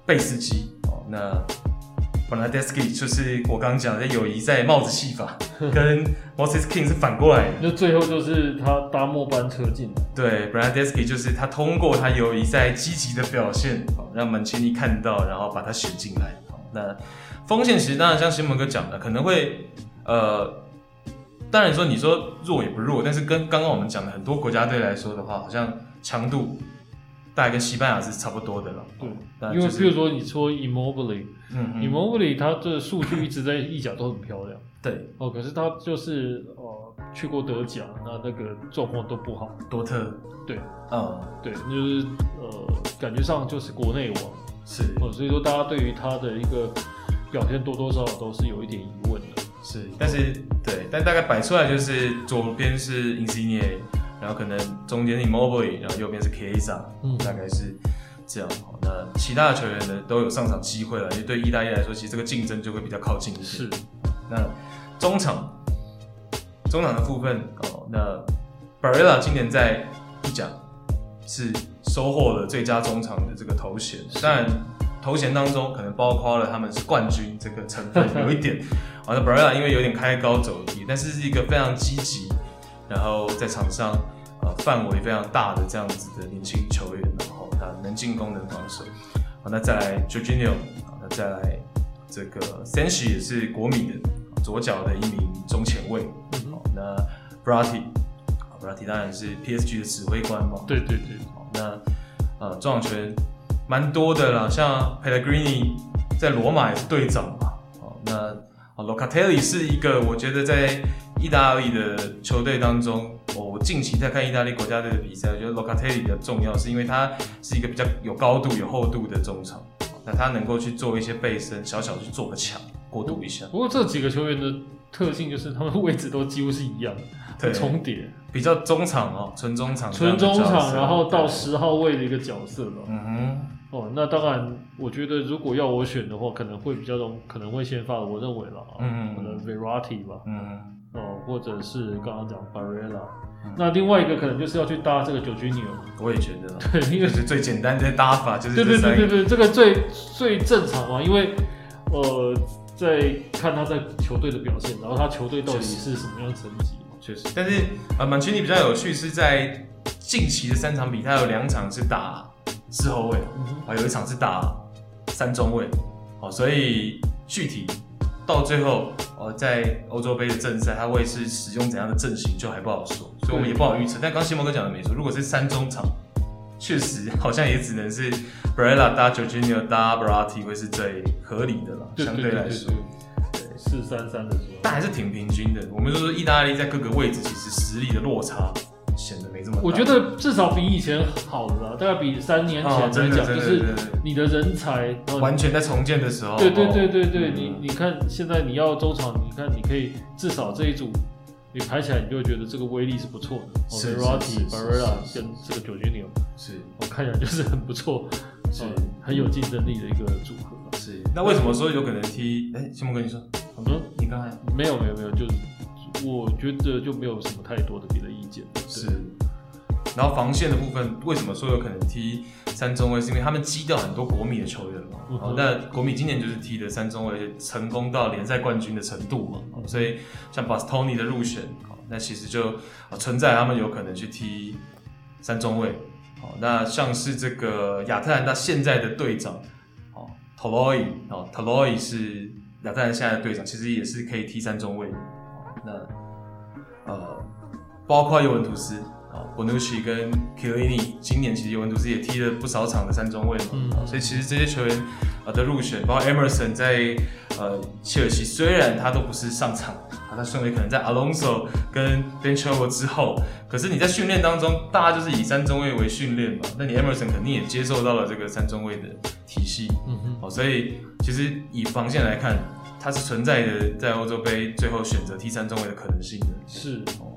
贝斯基哦，那 Bernardeschi 就是我刚刚讲的友谊赛帽子戏法，跟 Moses King 是反过来的。 那最后就是他搭末班车进来。 对 ，Bernardeschi 就是他通过他友谊赛积极的表现，让门切尼看到，然后把他选进来。那锋线其实当然像新蒙哥讲的，可能会呃，当然说你说弱也不弱，但是跟刚刚我们讲的很多国家队来说的话，好像强度大概跟西班牙是差不多的了。 对，因为譬如说你说 Immobile， 嗯嗯 Immobile 他的数据一直在意甲都很漂亮。 对， 哦，可是他就是呃去过德甲，那那个状况都不好。 多特， 对， 嗯， 对，就是呃感觉上就是国内王。 是， 哦，所以说大家对于他的一个表现多多少少都是有一点疑问的。 是，但是对，但大概摆出来就是左边是 Insigne， 然后可能中间 Immobile， 然后右边是 Chiesa， 嗯，大概是这样。那其他的球员呢都有上场机会了，因为对意大利来说，其实这个竞争就会比较靠近一些。 是， 那中场，中场的部分哦，那 Barella 今年在意甲是收获了最佳中场的这个头衔，当然头衔当中可能包括了他们是冠军这个成分有一点。好，那 Barella 因为有点开高走低，但是是一个非常积极，然后在场上呃范围非常大的这样子的年轻球员，然后他能进攻能防守。好，那再来 Jorginho， 那再来这个 Sensi 也是国米的左脚的一名中前卫。好，那 Verratti，Verratti 当然是 P S G 的指挥官嘛。 对对对。 好，那呃中场球员蛮多的啦，像 Pellegrini 在罗马也是队长嘛。好，那Locatelli 是一个，我觉得在意大利的球队当中，我近期在看意大利国家队的比赛，我觉得 Locatelli 比较重要，是因为他是一个比较有高度、有厚度的中场，那他能够去做一些背身，小小去做个墙，过渡一下。 不过这几个球员的特性就是他们位置都几乎是一样的，重叠， 比较中场哦，纯中场， 纯中场，然后到十号位的一个角色吧。 嗯哼。 哦，那当然，我觉得如果要我选的话，可能会比较容，可能会先发，我认为啦，嗯，可能 Verratti 吧，嗯，哦，或者是刚刚讲 Barella，嗯，那另外一个可能就是要去搭这个 Jorginho， 我也觉得， 对，因为就是最简单的搭法就是对对对对对，这个最最正常嘛，因为呃，在看他在球队的表现，然后他球队到底是什么样的成绩， 确实，但是啊，曼奇尼比较有趣是在近期的三场比赛，有两场是打四后卫，啊，有一场是打三中卫，好，所以具体到最后，呃，在欧洲杯的正赛，他会是使用怎样的阵型就还不好说，所以我们也不好预测。但刚西蒙哥讲的没错，如果是三中场，确实好像也只能是 Barella 搭 Jorginho 搭 Verratti 会是最合理的了，相对来说。 四三三的时候， 但还是挺平均的。我们就说意大利在各个位置其实实力的落差显得没这么大。 我觉得至少比以前好了啦，大概比三年前来讲，哦，就是你的人才完全在重建的时候。 对对对对对，嗯，你你看现在你要中场，你看你可以至少这一组你排起来，你就会觉得这个威力是不错的。 是 Verratti、Barella 跟这个 Jorginho， 是我看起来就是很不错，是很有竞争力的一个组合。 是，那为什么说有可能踢？哎，西蒙哥你说，嗯，你刚才没有没有没有，就是我觉得就没有什么太多的别的意见。 是，然后防线的部分，为什么说有可能踢三中卫？是因为他们击掉很多国米的球员嘛。嗯，哦，那国米今年就是踢的三中卫，而且成功到联赛冠军的程度嘛。哦，所以像 Bastoni 的入选，哦，那其实就，哦，存在他们有可能去踢三中卫。哦，那像是这个亚特兰大现在的队长。Toloi 哦 ，Toloi 是亚特兰大现在的队长，其实也是可以踢三中卫的。那呃，包括尤文图斯啊 ，Bonucci 跟 Chiellini， 今年其实尤文图斯也踢了不少场的三中卫嘛，嗯，所以其实这些球员呃的入选，包括 Emerson 在呃切尔西，虽然他都不是上场，啊，他顺位可能在 Alonso 跟 Ben Chilwell 之后，可是你在训练当中，大家就是以三中卫为训练嘛，那你 Emerson 肯定也接受到了这个三中卫的体系，嗯哼，哦，所以其实以防线来看，它是存在的，在欧洲杯最后选择踢三中卫的可能性的。 是，哦，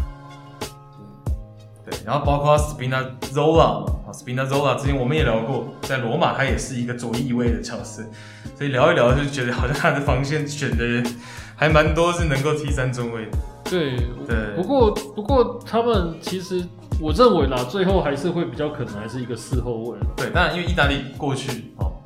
对，然后包括 Spinazzola 嘛 ，Spinazzola 之前我们也聊过，在罗马他也是一个左翼位的角色，所以聊一聊就觉得好像他的防线选的人还蛮多是能够踢三中卫的。 对，对，不过不过他们其实。我认为啦，最后还是会比较可能还是一个四后卫。 对，当然因为意大利过去哦，我们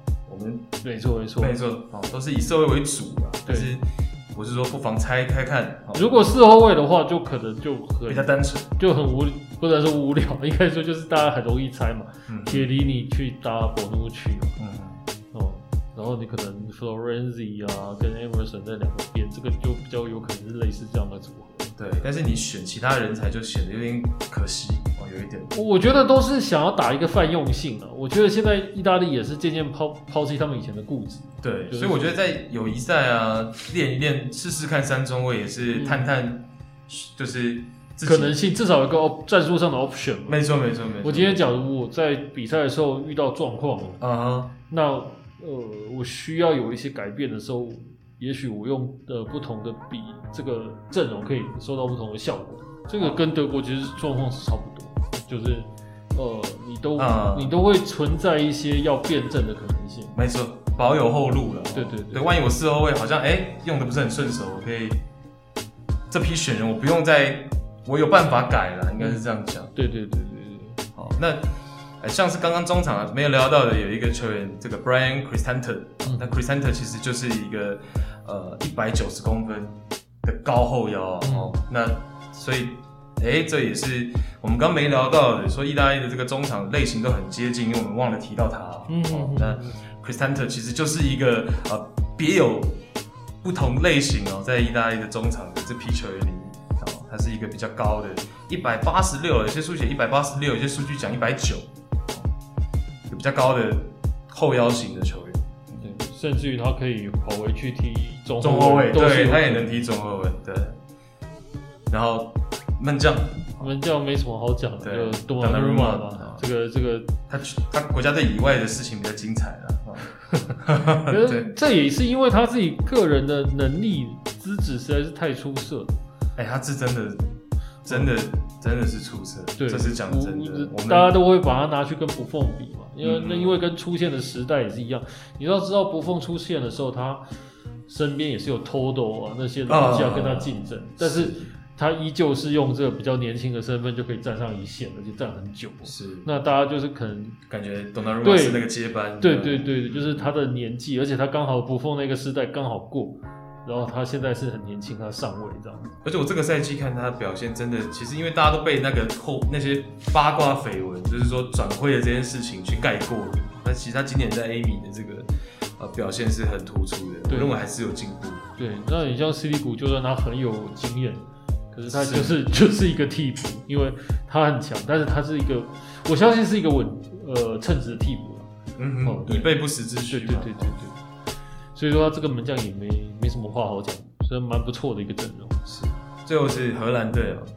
们没错没错没错哦，都是以四后卫为主啊。但是我是说，不妨拆开看。 如果四后卫的话，就可能就很比较单纯， 就很无，不能说无聊，应该说就是大家很容易猜嘛。铁里你去打博努奇，嗯哦，然后你可能 Florenzi 啊跟 Emerson 在两个边，这个就比较有可能是类似这样的组合。 对，但是你选其他人才就显得有点可惜哦，有一点。 我觉得都是想要打一个泛用性啊。我觉得现在意大利也是渐渐抛抛弃他们以前的固执。 对，就是、所以我觉得在友谊赛啊，练一练，试试看三中卫也是探探，就是可能性，至少有一个战术上的 option。 没错，没错，没错。 我今天假如我在比赛的时候遇到状况了，啊、uh-huh. 那呃，我需要有一些改变的时候。也许我用的不同的比这个阵容可以收到不同的效果，这个跟德国其实状况是差不多，就是呃，你都、嗯、你都会存在一些要辩证的可能性。 没错，保有后路了。 对对 对, 对，万一我四后卫好像哎用的不是很顺手，我可以这批选人我不用再，我有办法改了，应该是这样讲。 对对对对对。 好，那。像是刚刚中场没有聊到的有一个球员，这个 Bryan Cristante，、嗯、那 Cristante 其实就是一个呃一百九十公分的高后腰啊、嗯哦，那所以哎这也是我们刚没聊到的，说意大利的这个中场类型都很接近，因为我们忘了提到他、哦嗯哦、那 Cristante 其实就是一个呃别有不同类型哦，在意大利的中场的这批球员里面。哦、他是一个比较高的一百八十六，有些数据写一百八十六，有些数据讲一百九。比较高的后腰型的球员， 对，甚至于他可以跑回去踢中中后卫，对，他也能踢中后卫，对。然后门将， 门将没什么好讲的，就多纳鲁马嘛，这个这个他他国家队以外的事情比较精彩了。 可是这也是因为他自己个人的能力资质实在是太出色了。 哎、欸，他是真的。真的真的是出色， 对， 这是讲真的。 大家都会把它拿去跟不凤比嘛，因为那、嗯、因为跟出现的时代也是一样。你要知道，不凤出现的时候，他身边也是有 Todo 啊那些人要跟他竞争、啊，但是他依旧是用这个比较年轻的身份就可以站上一线，而且站很久。 是， 那大家就是可能感觉 Donnarumma 是那个接班， 对对对对，就是他的年纪，而且他刚好不凤那个时代刚好过。然后他现在是很年轻，他上位这样。 而且我这个赛季看他的表现，真的，其实因为大家都被那个后那些八卦绯闻，就是说转会的这件事情去盖过了。那其实他今年在 A 米的这个呃表现是很突出的，我认为还是有进步。 对，那你像斯利古，就算他很有经验，可是他就是是就是一个替补，因为他很强，但是他是一个，我相信是一个稳呃称职的替补了。 嗯哼，以备不时之需。 对对对对对。所以说他这个门将也没没什么话好讲，所以蛮不错的一个阵容。 是，最后是荷兰队哦。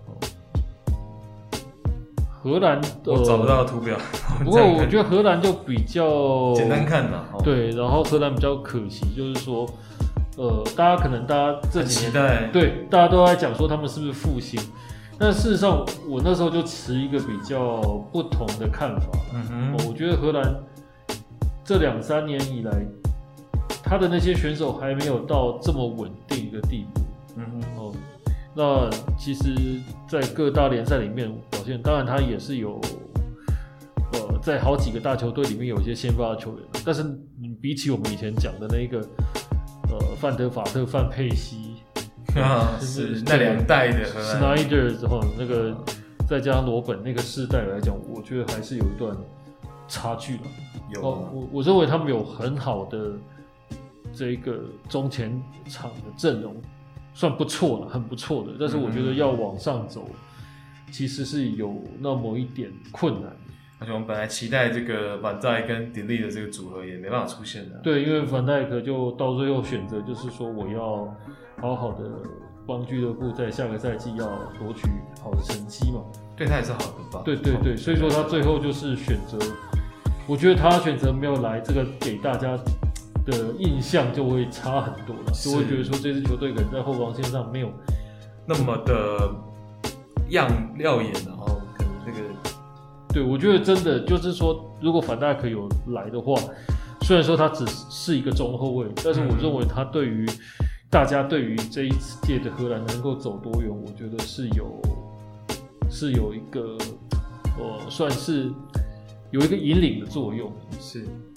荷兰我找不到图表， 不过我觉得荷兰就比较简单看嘛。 哦、对，然后荷兰比较可惜，就是说，呃，大家可能大家这几年对大家都在讲说他们是不是复兴，但事实上我那时候就持一个比较不同的看法。嗯哼，哦、我觉得荷兰这两三年以来。他的那些选手还没有到这么稳定的地步，嗯哼哦，那其实，在各大联赛里面表现，当然他也是有，呃，在好几个大球队里面有一些先发的球员，但是比起我们以前讲的那个，呃，范德法特、范佩西啊，是那两代的 Snyder 之后，那个再加上罗本那个世代来讲，我觉得还是有一段差距了。 有、 哦，我我认为他们有很好的。这一个中前场的阵容算不错了，很不错的，但是我觉得要往上走，嗯、其实是有那么一点困难。 而且我们本来期待这个范戴克跟迪利的这个组合也没办法出现的。 对，因为范戴克就到最后选择就是说，我要好好的帮俱乐部在下个赛季要夺取好的成绩嘛。 对他也是好的吧？ 对对对，所以说他最后就是选择，我觉得他选择没有来，这个给大家。的印象就会差很多了，就会觉得说这支球队可能在后防线上没有那么的样耀眼，然后可能这个， 对我觉得真的就是说，如果范戴克有来的话，虽然说他只是一个中后卫，但是我认为他对于大家对于这一届的荷兰能够走多远，我觉得是有是有一个呃算是有一个引领的作用， 是。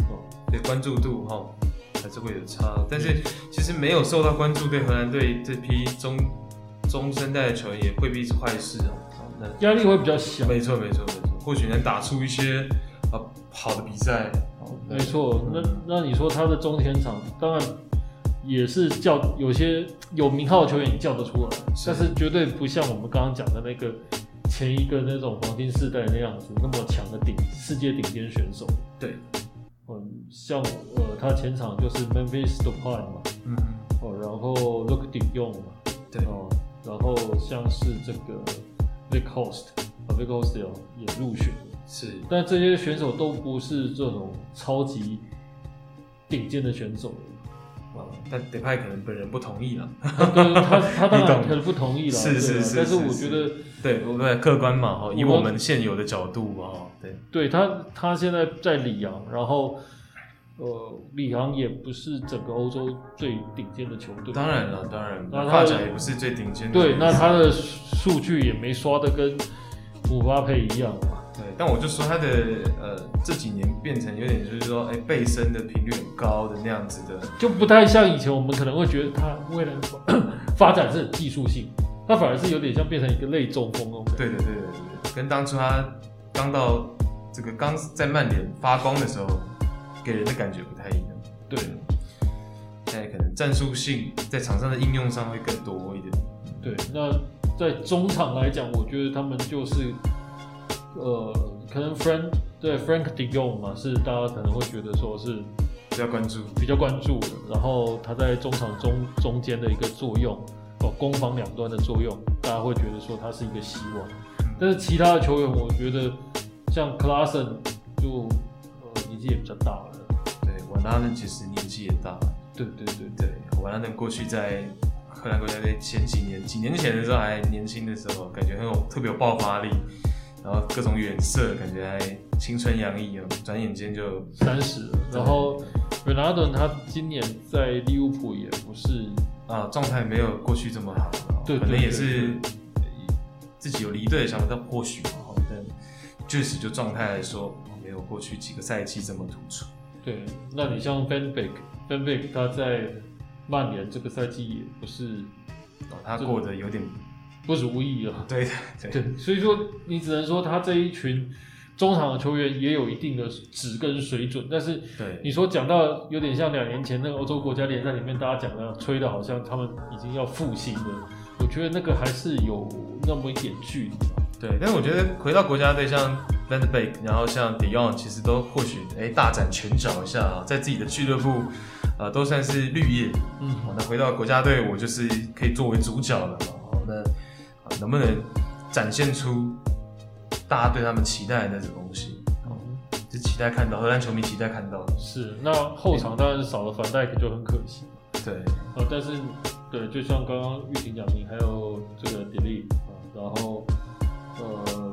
对关注度哈还是会有差，但是其实没有受到关注，对荷兰队这批中中生代的球员也未必是坏事哦。 压力会比较小。 没错没错没错，或许能打出一些啊好的比赛。 没错，那那你说他的中前场，当然也是叫有些有名号的球员也叫得出来，但是绝对不像我们刚刚讲的那个前一个那种黄金世代那样子那么强的顶世界顶尖选手。 对， 嗯，像呃他前场就是 Memphis Depay 嘛，嗯，哦，然后 Luke De Jong 嘛， 对， 哦，然后像是这个 Vic Host， 啊 Vic Host 也入选。 是， 但这些选手都不是这种超级顶尖的选手， 啊，但德派可能本人不同意了。 对，他他当然可能不同意了， 是是是， 但是我觉得， 对对，客观嘛，以我们现有的角度嘛，对， 对他他现在在里昂，然后呃，里昂也不是整个欧洲最顶尖的球队， 当然了，当然，发展也不是最顶尖的， 对，那他的数据也没刷的跟姆巴佩一样嘛。 对，但我就说他的呃这几年变成有点就是说，哎，背身的频率很高的那样子的， 就不太像以前我们可能会觉得他为了发展是很技术性，他反而是有点像变成一个类中锋哦。 对对对对对，跟当初他刚到这个刚在曼联发光的时候，给人的感觉不太一样。 对， 现在可能战术性在场上的应用上会更多一点。 对，那在中场来讲，我觉得他们就是。呃，可能 Frank 对 Frank De Jong 嘛，是大家可能会觉得说是比较关注、 比较关注的。然后他在中场中中间的一个作用，哦，攻防两端的作用，大家会觉得说他是一个希望。但是其他的球员，我觉得像 Klaassen 就呃年纪也比较大了。 对，瓦拉恩其实年纪也大了。 对对对对，瓦拉恩过去在荷兰国家队前几年、几年前的时候还年轻的时候，感觉很有特别有爆发力。然后各种远射，感觉还青春洋溢哦，转眼间就三十了。然后 Ronaldo 他今年在利物浦也不是啊，状态没有过去这么好， 对， 可能也是自己有离队的想法，但或许嘛，但确实就状态来说，没有过去几个赛季这么突出。 对，那你像 Van Beek，Van Beek 他在曼联这个赛季也不是， 哦，他过得有点。 不如意啊， 对对对，所以说你只能说他这一群中场的球员也有一定的质跟水准，但是你说讲到有点像两年前那个欧洲国家联赛里面大家讲的吹的好像他们已经要复兴了，我觉得那个还是有那么一点距离。 对，但是我觉得回到国家队，像 Van de Beek， 然后像 De Jong， 其实都或许哎大展拳脚一下，在自己的俱乐部呃都算是绿叶，嗯，那回到国家队，我就是可以作为主角了嘛，那。能不能展现出大家对他们期待的那种东西？嗯，就期待看到荷兰球迷期待看到的。 是，那后场当然是少了范戴克就很可惜。 对， 呃，但是对，就像刚刚玉婷讲，你还有这个 Delete 啊，然后呃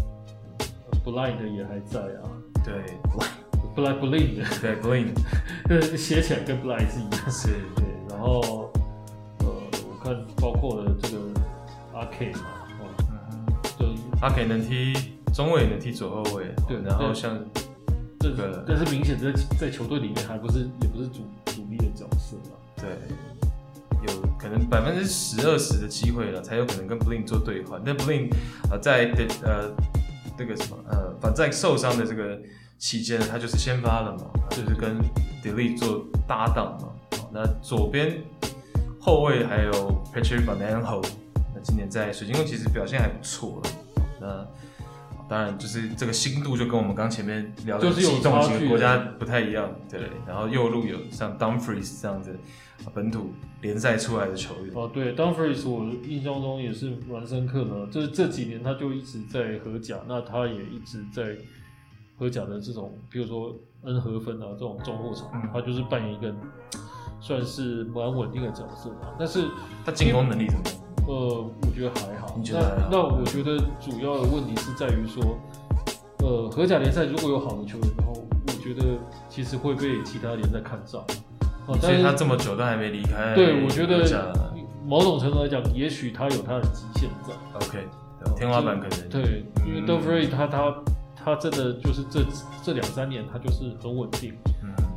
，Blind 也还在啊。 对 ，Blind Blind 对 Blind， 写起来跟 Blind 是一样。 是， 对，然后呃，我看包括了这个。阿 K 嘛，哦， 嗯，阿 K 能踢中卫，能踢左后卫，对，然后像这个，但是明显在在球队里面还不是也不是主主力的角色嘛， 对，有可能百分之十二十的机会了，才有可能跟 Blin 做兑换，但 Blin 啊在呃那个什么呃反在受伤的这个期间，他就是先发了嘛，就是跟 Delete 做搭档嘛，那左边后卫还有 Patrick Van Aanholt。今年在水晶宫其实表现还不错了，那当然就是这个新度就跟我们刚前面聊的激动几个国家不太一样，对。对，然后右路有像 Dumfries 这样子本土联赛出来的球员。 哦，对 ，Dumfries 我印象中也是蛮深刻的，就是这几年他就一直在荷甲，那他也一直在荷甲的这种，比如说恩和芬啊这种中后场，嗯、他就是扮演一个算是蛮稳定的角色嘛。但是他进攻能力怎么样？ 呃，我觉得还好。 你觉得还好？ 那那我觉得主要的问题是在于说，呃，荷甲联赛如果有好的球员，然后我觉得其实会被其他联赛看上。 哦，所以他这么久都还没离开。 对，我觉得某种程度来讲，也许他有他的极限在。 OK， 天花板可能。 对，因为 Dumfries 他他他真的就是这这两三年他就是很稳定。嗯。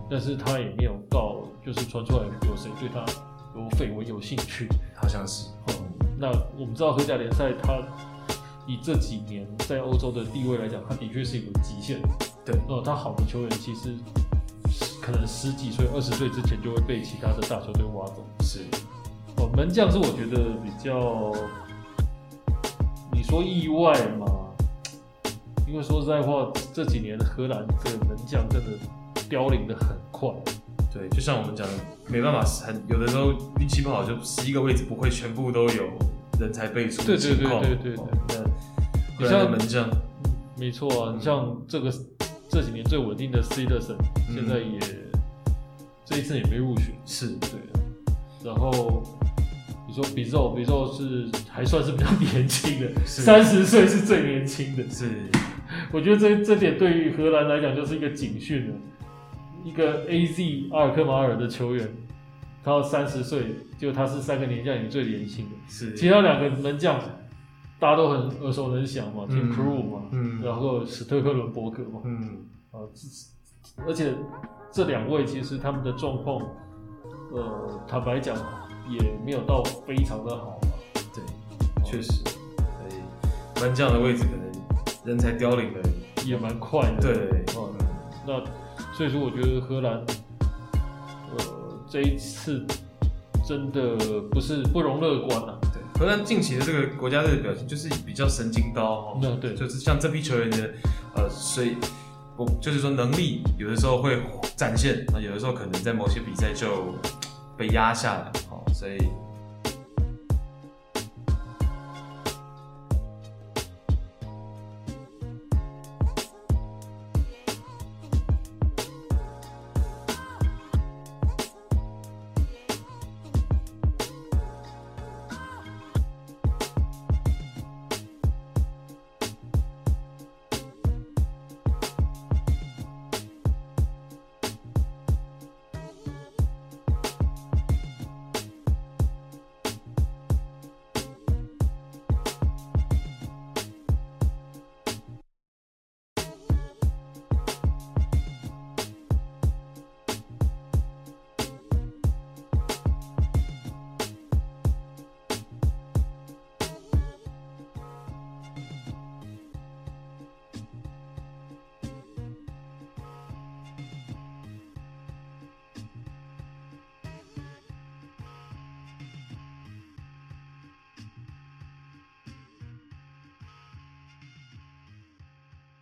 但是他也没有到就是传出来有谁对他有绯闻有兴趣， 好像是。 哦，那我们知道荷甲联赛它以这几年在欧洲的地位来讲，它的确是有个极限。 对， 哦，他好的球员其实可能十几岁、二十岁之前就会被其他的大球队挖走。 是， 哦，门将是我觉得比较，你说意外嘛？因为说实在话，这几年荷兰这个门将真的凋零的很快。 对，就像我们讲的，没办法，很有的时候运气不好，就十一个位置不会全部都有人才辈出的情况。 对对对对对对。 哦、那荷兰的门将， 没错啊，你像这个这几年最稳定的 Citizen，、嗯、现在也这一次也没入选。 是， 对。然后你说比肉，比肉是还算是比较年轻的，三十岁是最年轻的。 是。 我觉得这这点对于荷兰来讲就是一个警讯了。一个 A Z 阿尔克马尔的球员，他到三十岁，就他是三个年将里最年轻的。 是， 其他两个门将大家都很耳熟能详嘛 ，Tim Krul 嘛， 嗯， 然后史特克伦伯格嘛， 嗯， 啊，而且这两位其实他们的状况，呃，坦白讲也没有到非常的好嘛。 对，确实，所以门将的位置可能人才凋零的也蛮快的。 对， 哦、嗯，那。所以说，我觉得荷兰，呃，这一次真的不是不容乐观啊。 对，荷兰近期的这个国家队的表现就是比较神经刀哦。 嗯，对， 就是像这批球员的，呃，水，我就是说能力有的时候会展现，那有的时候可能在某些比赛就被压下来，哦，所以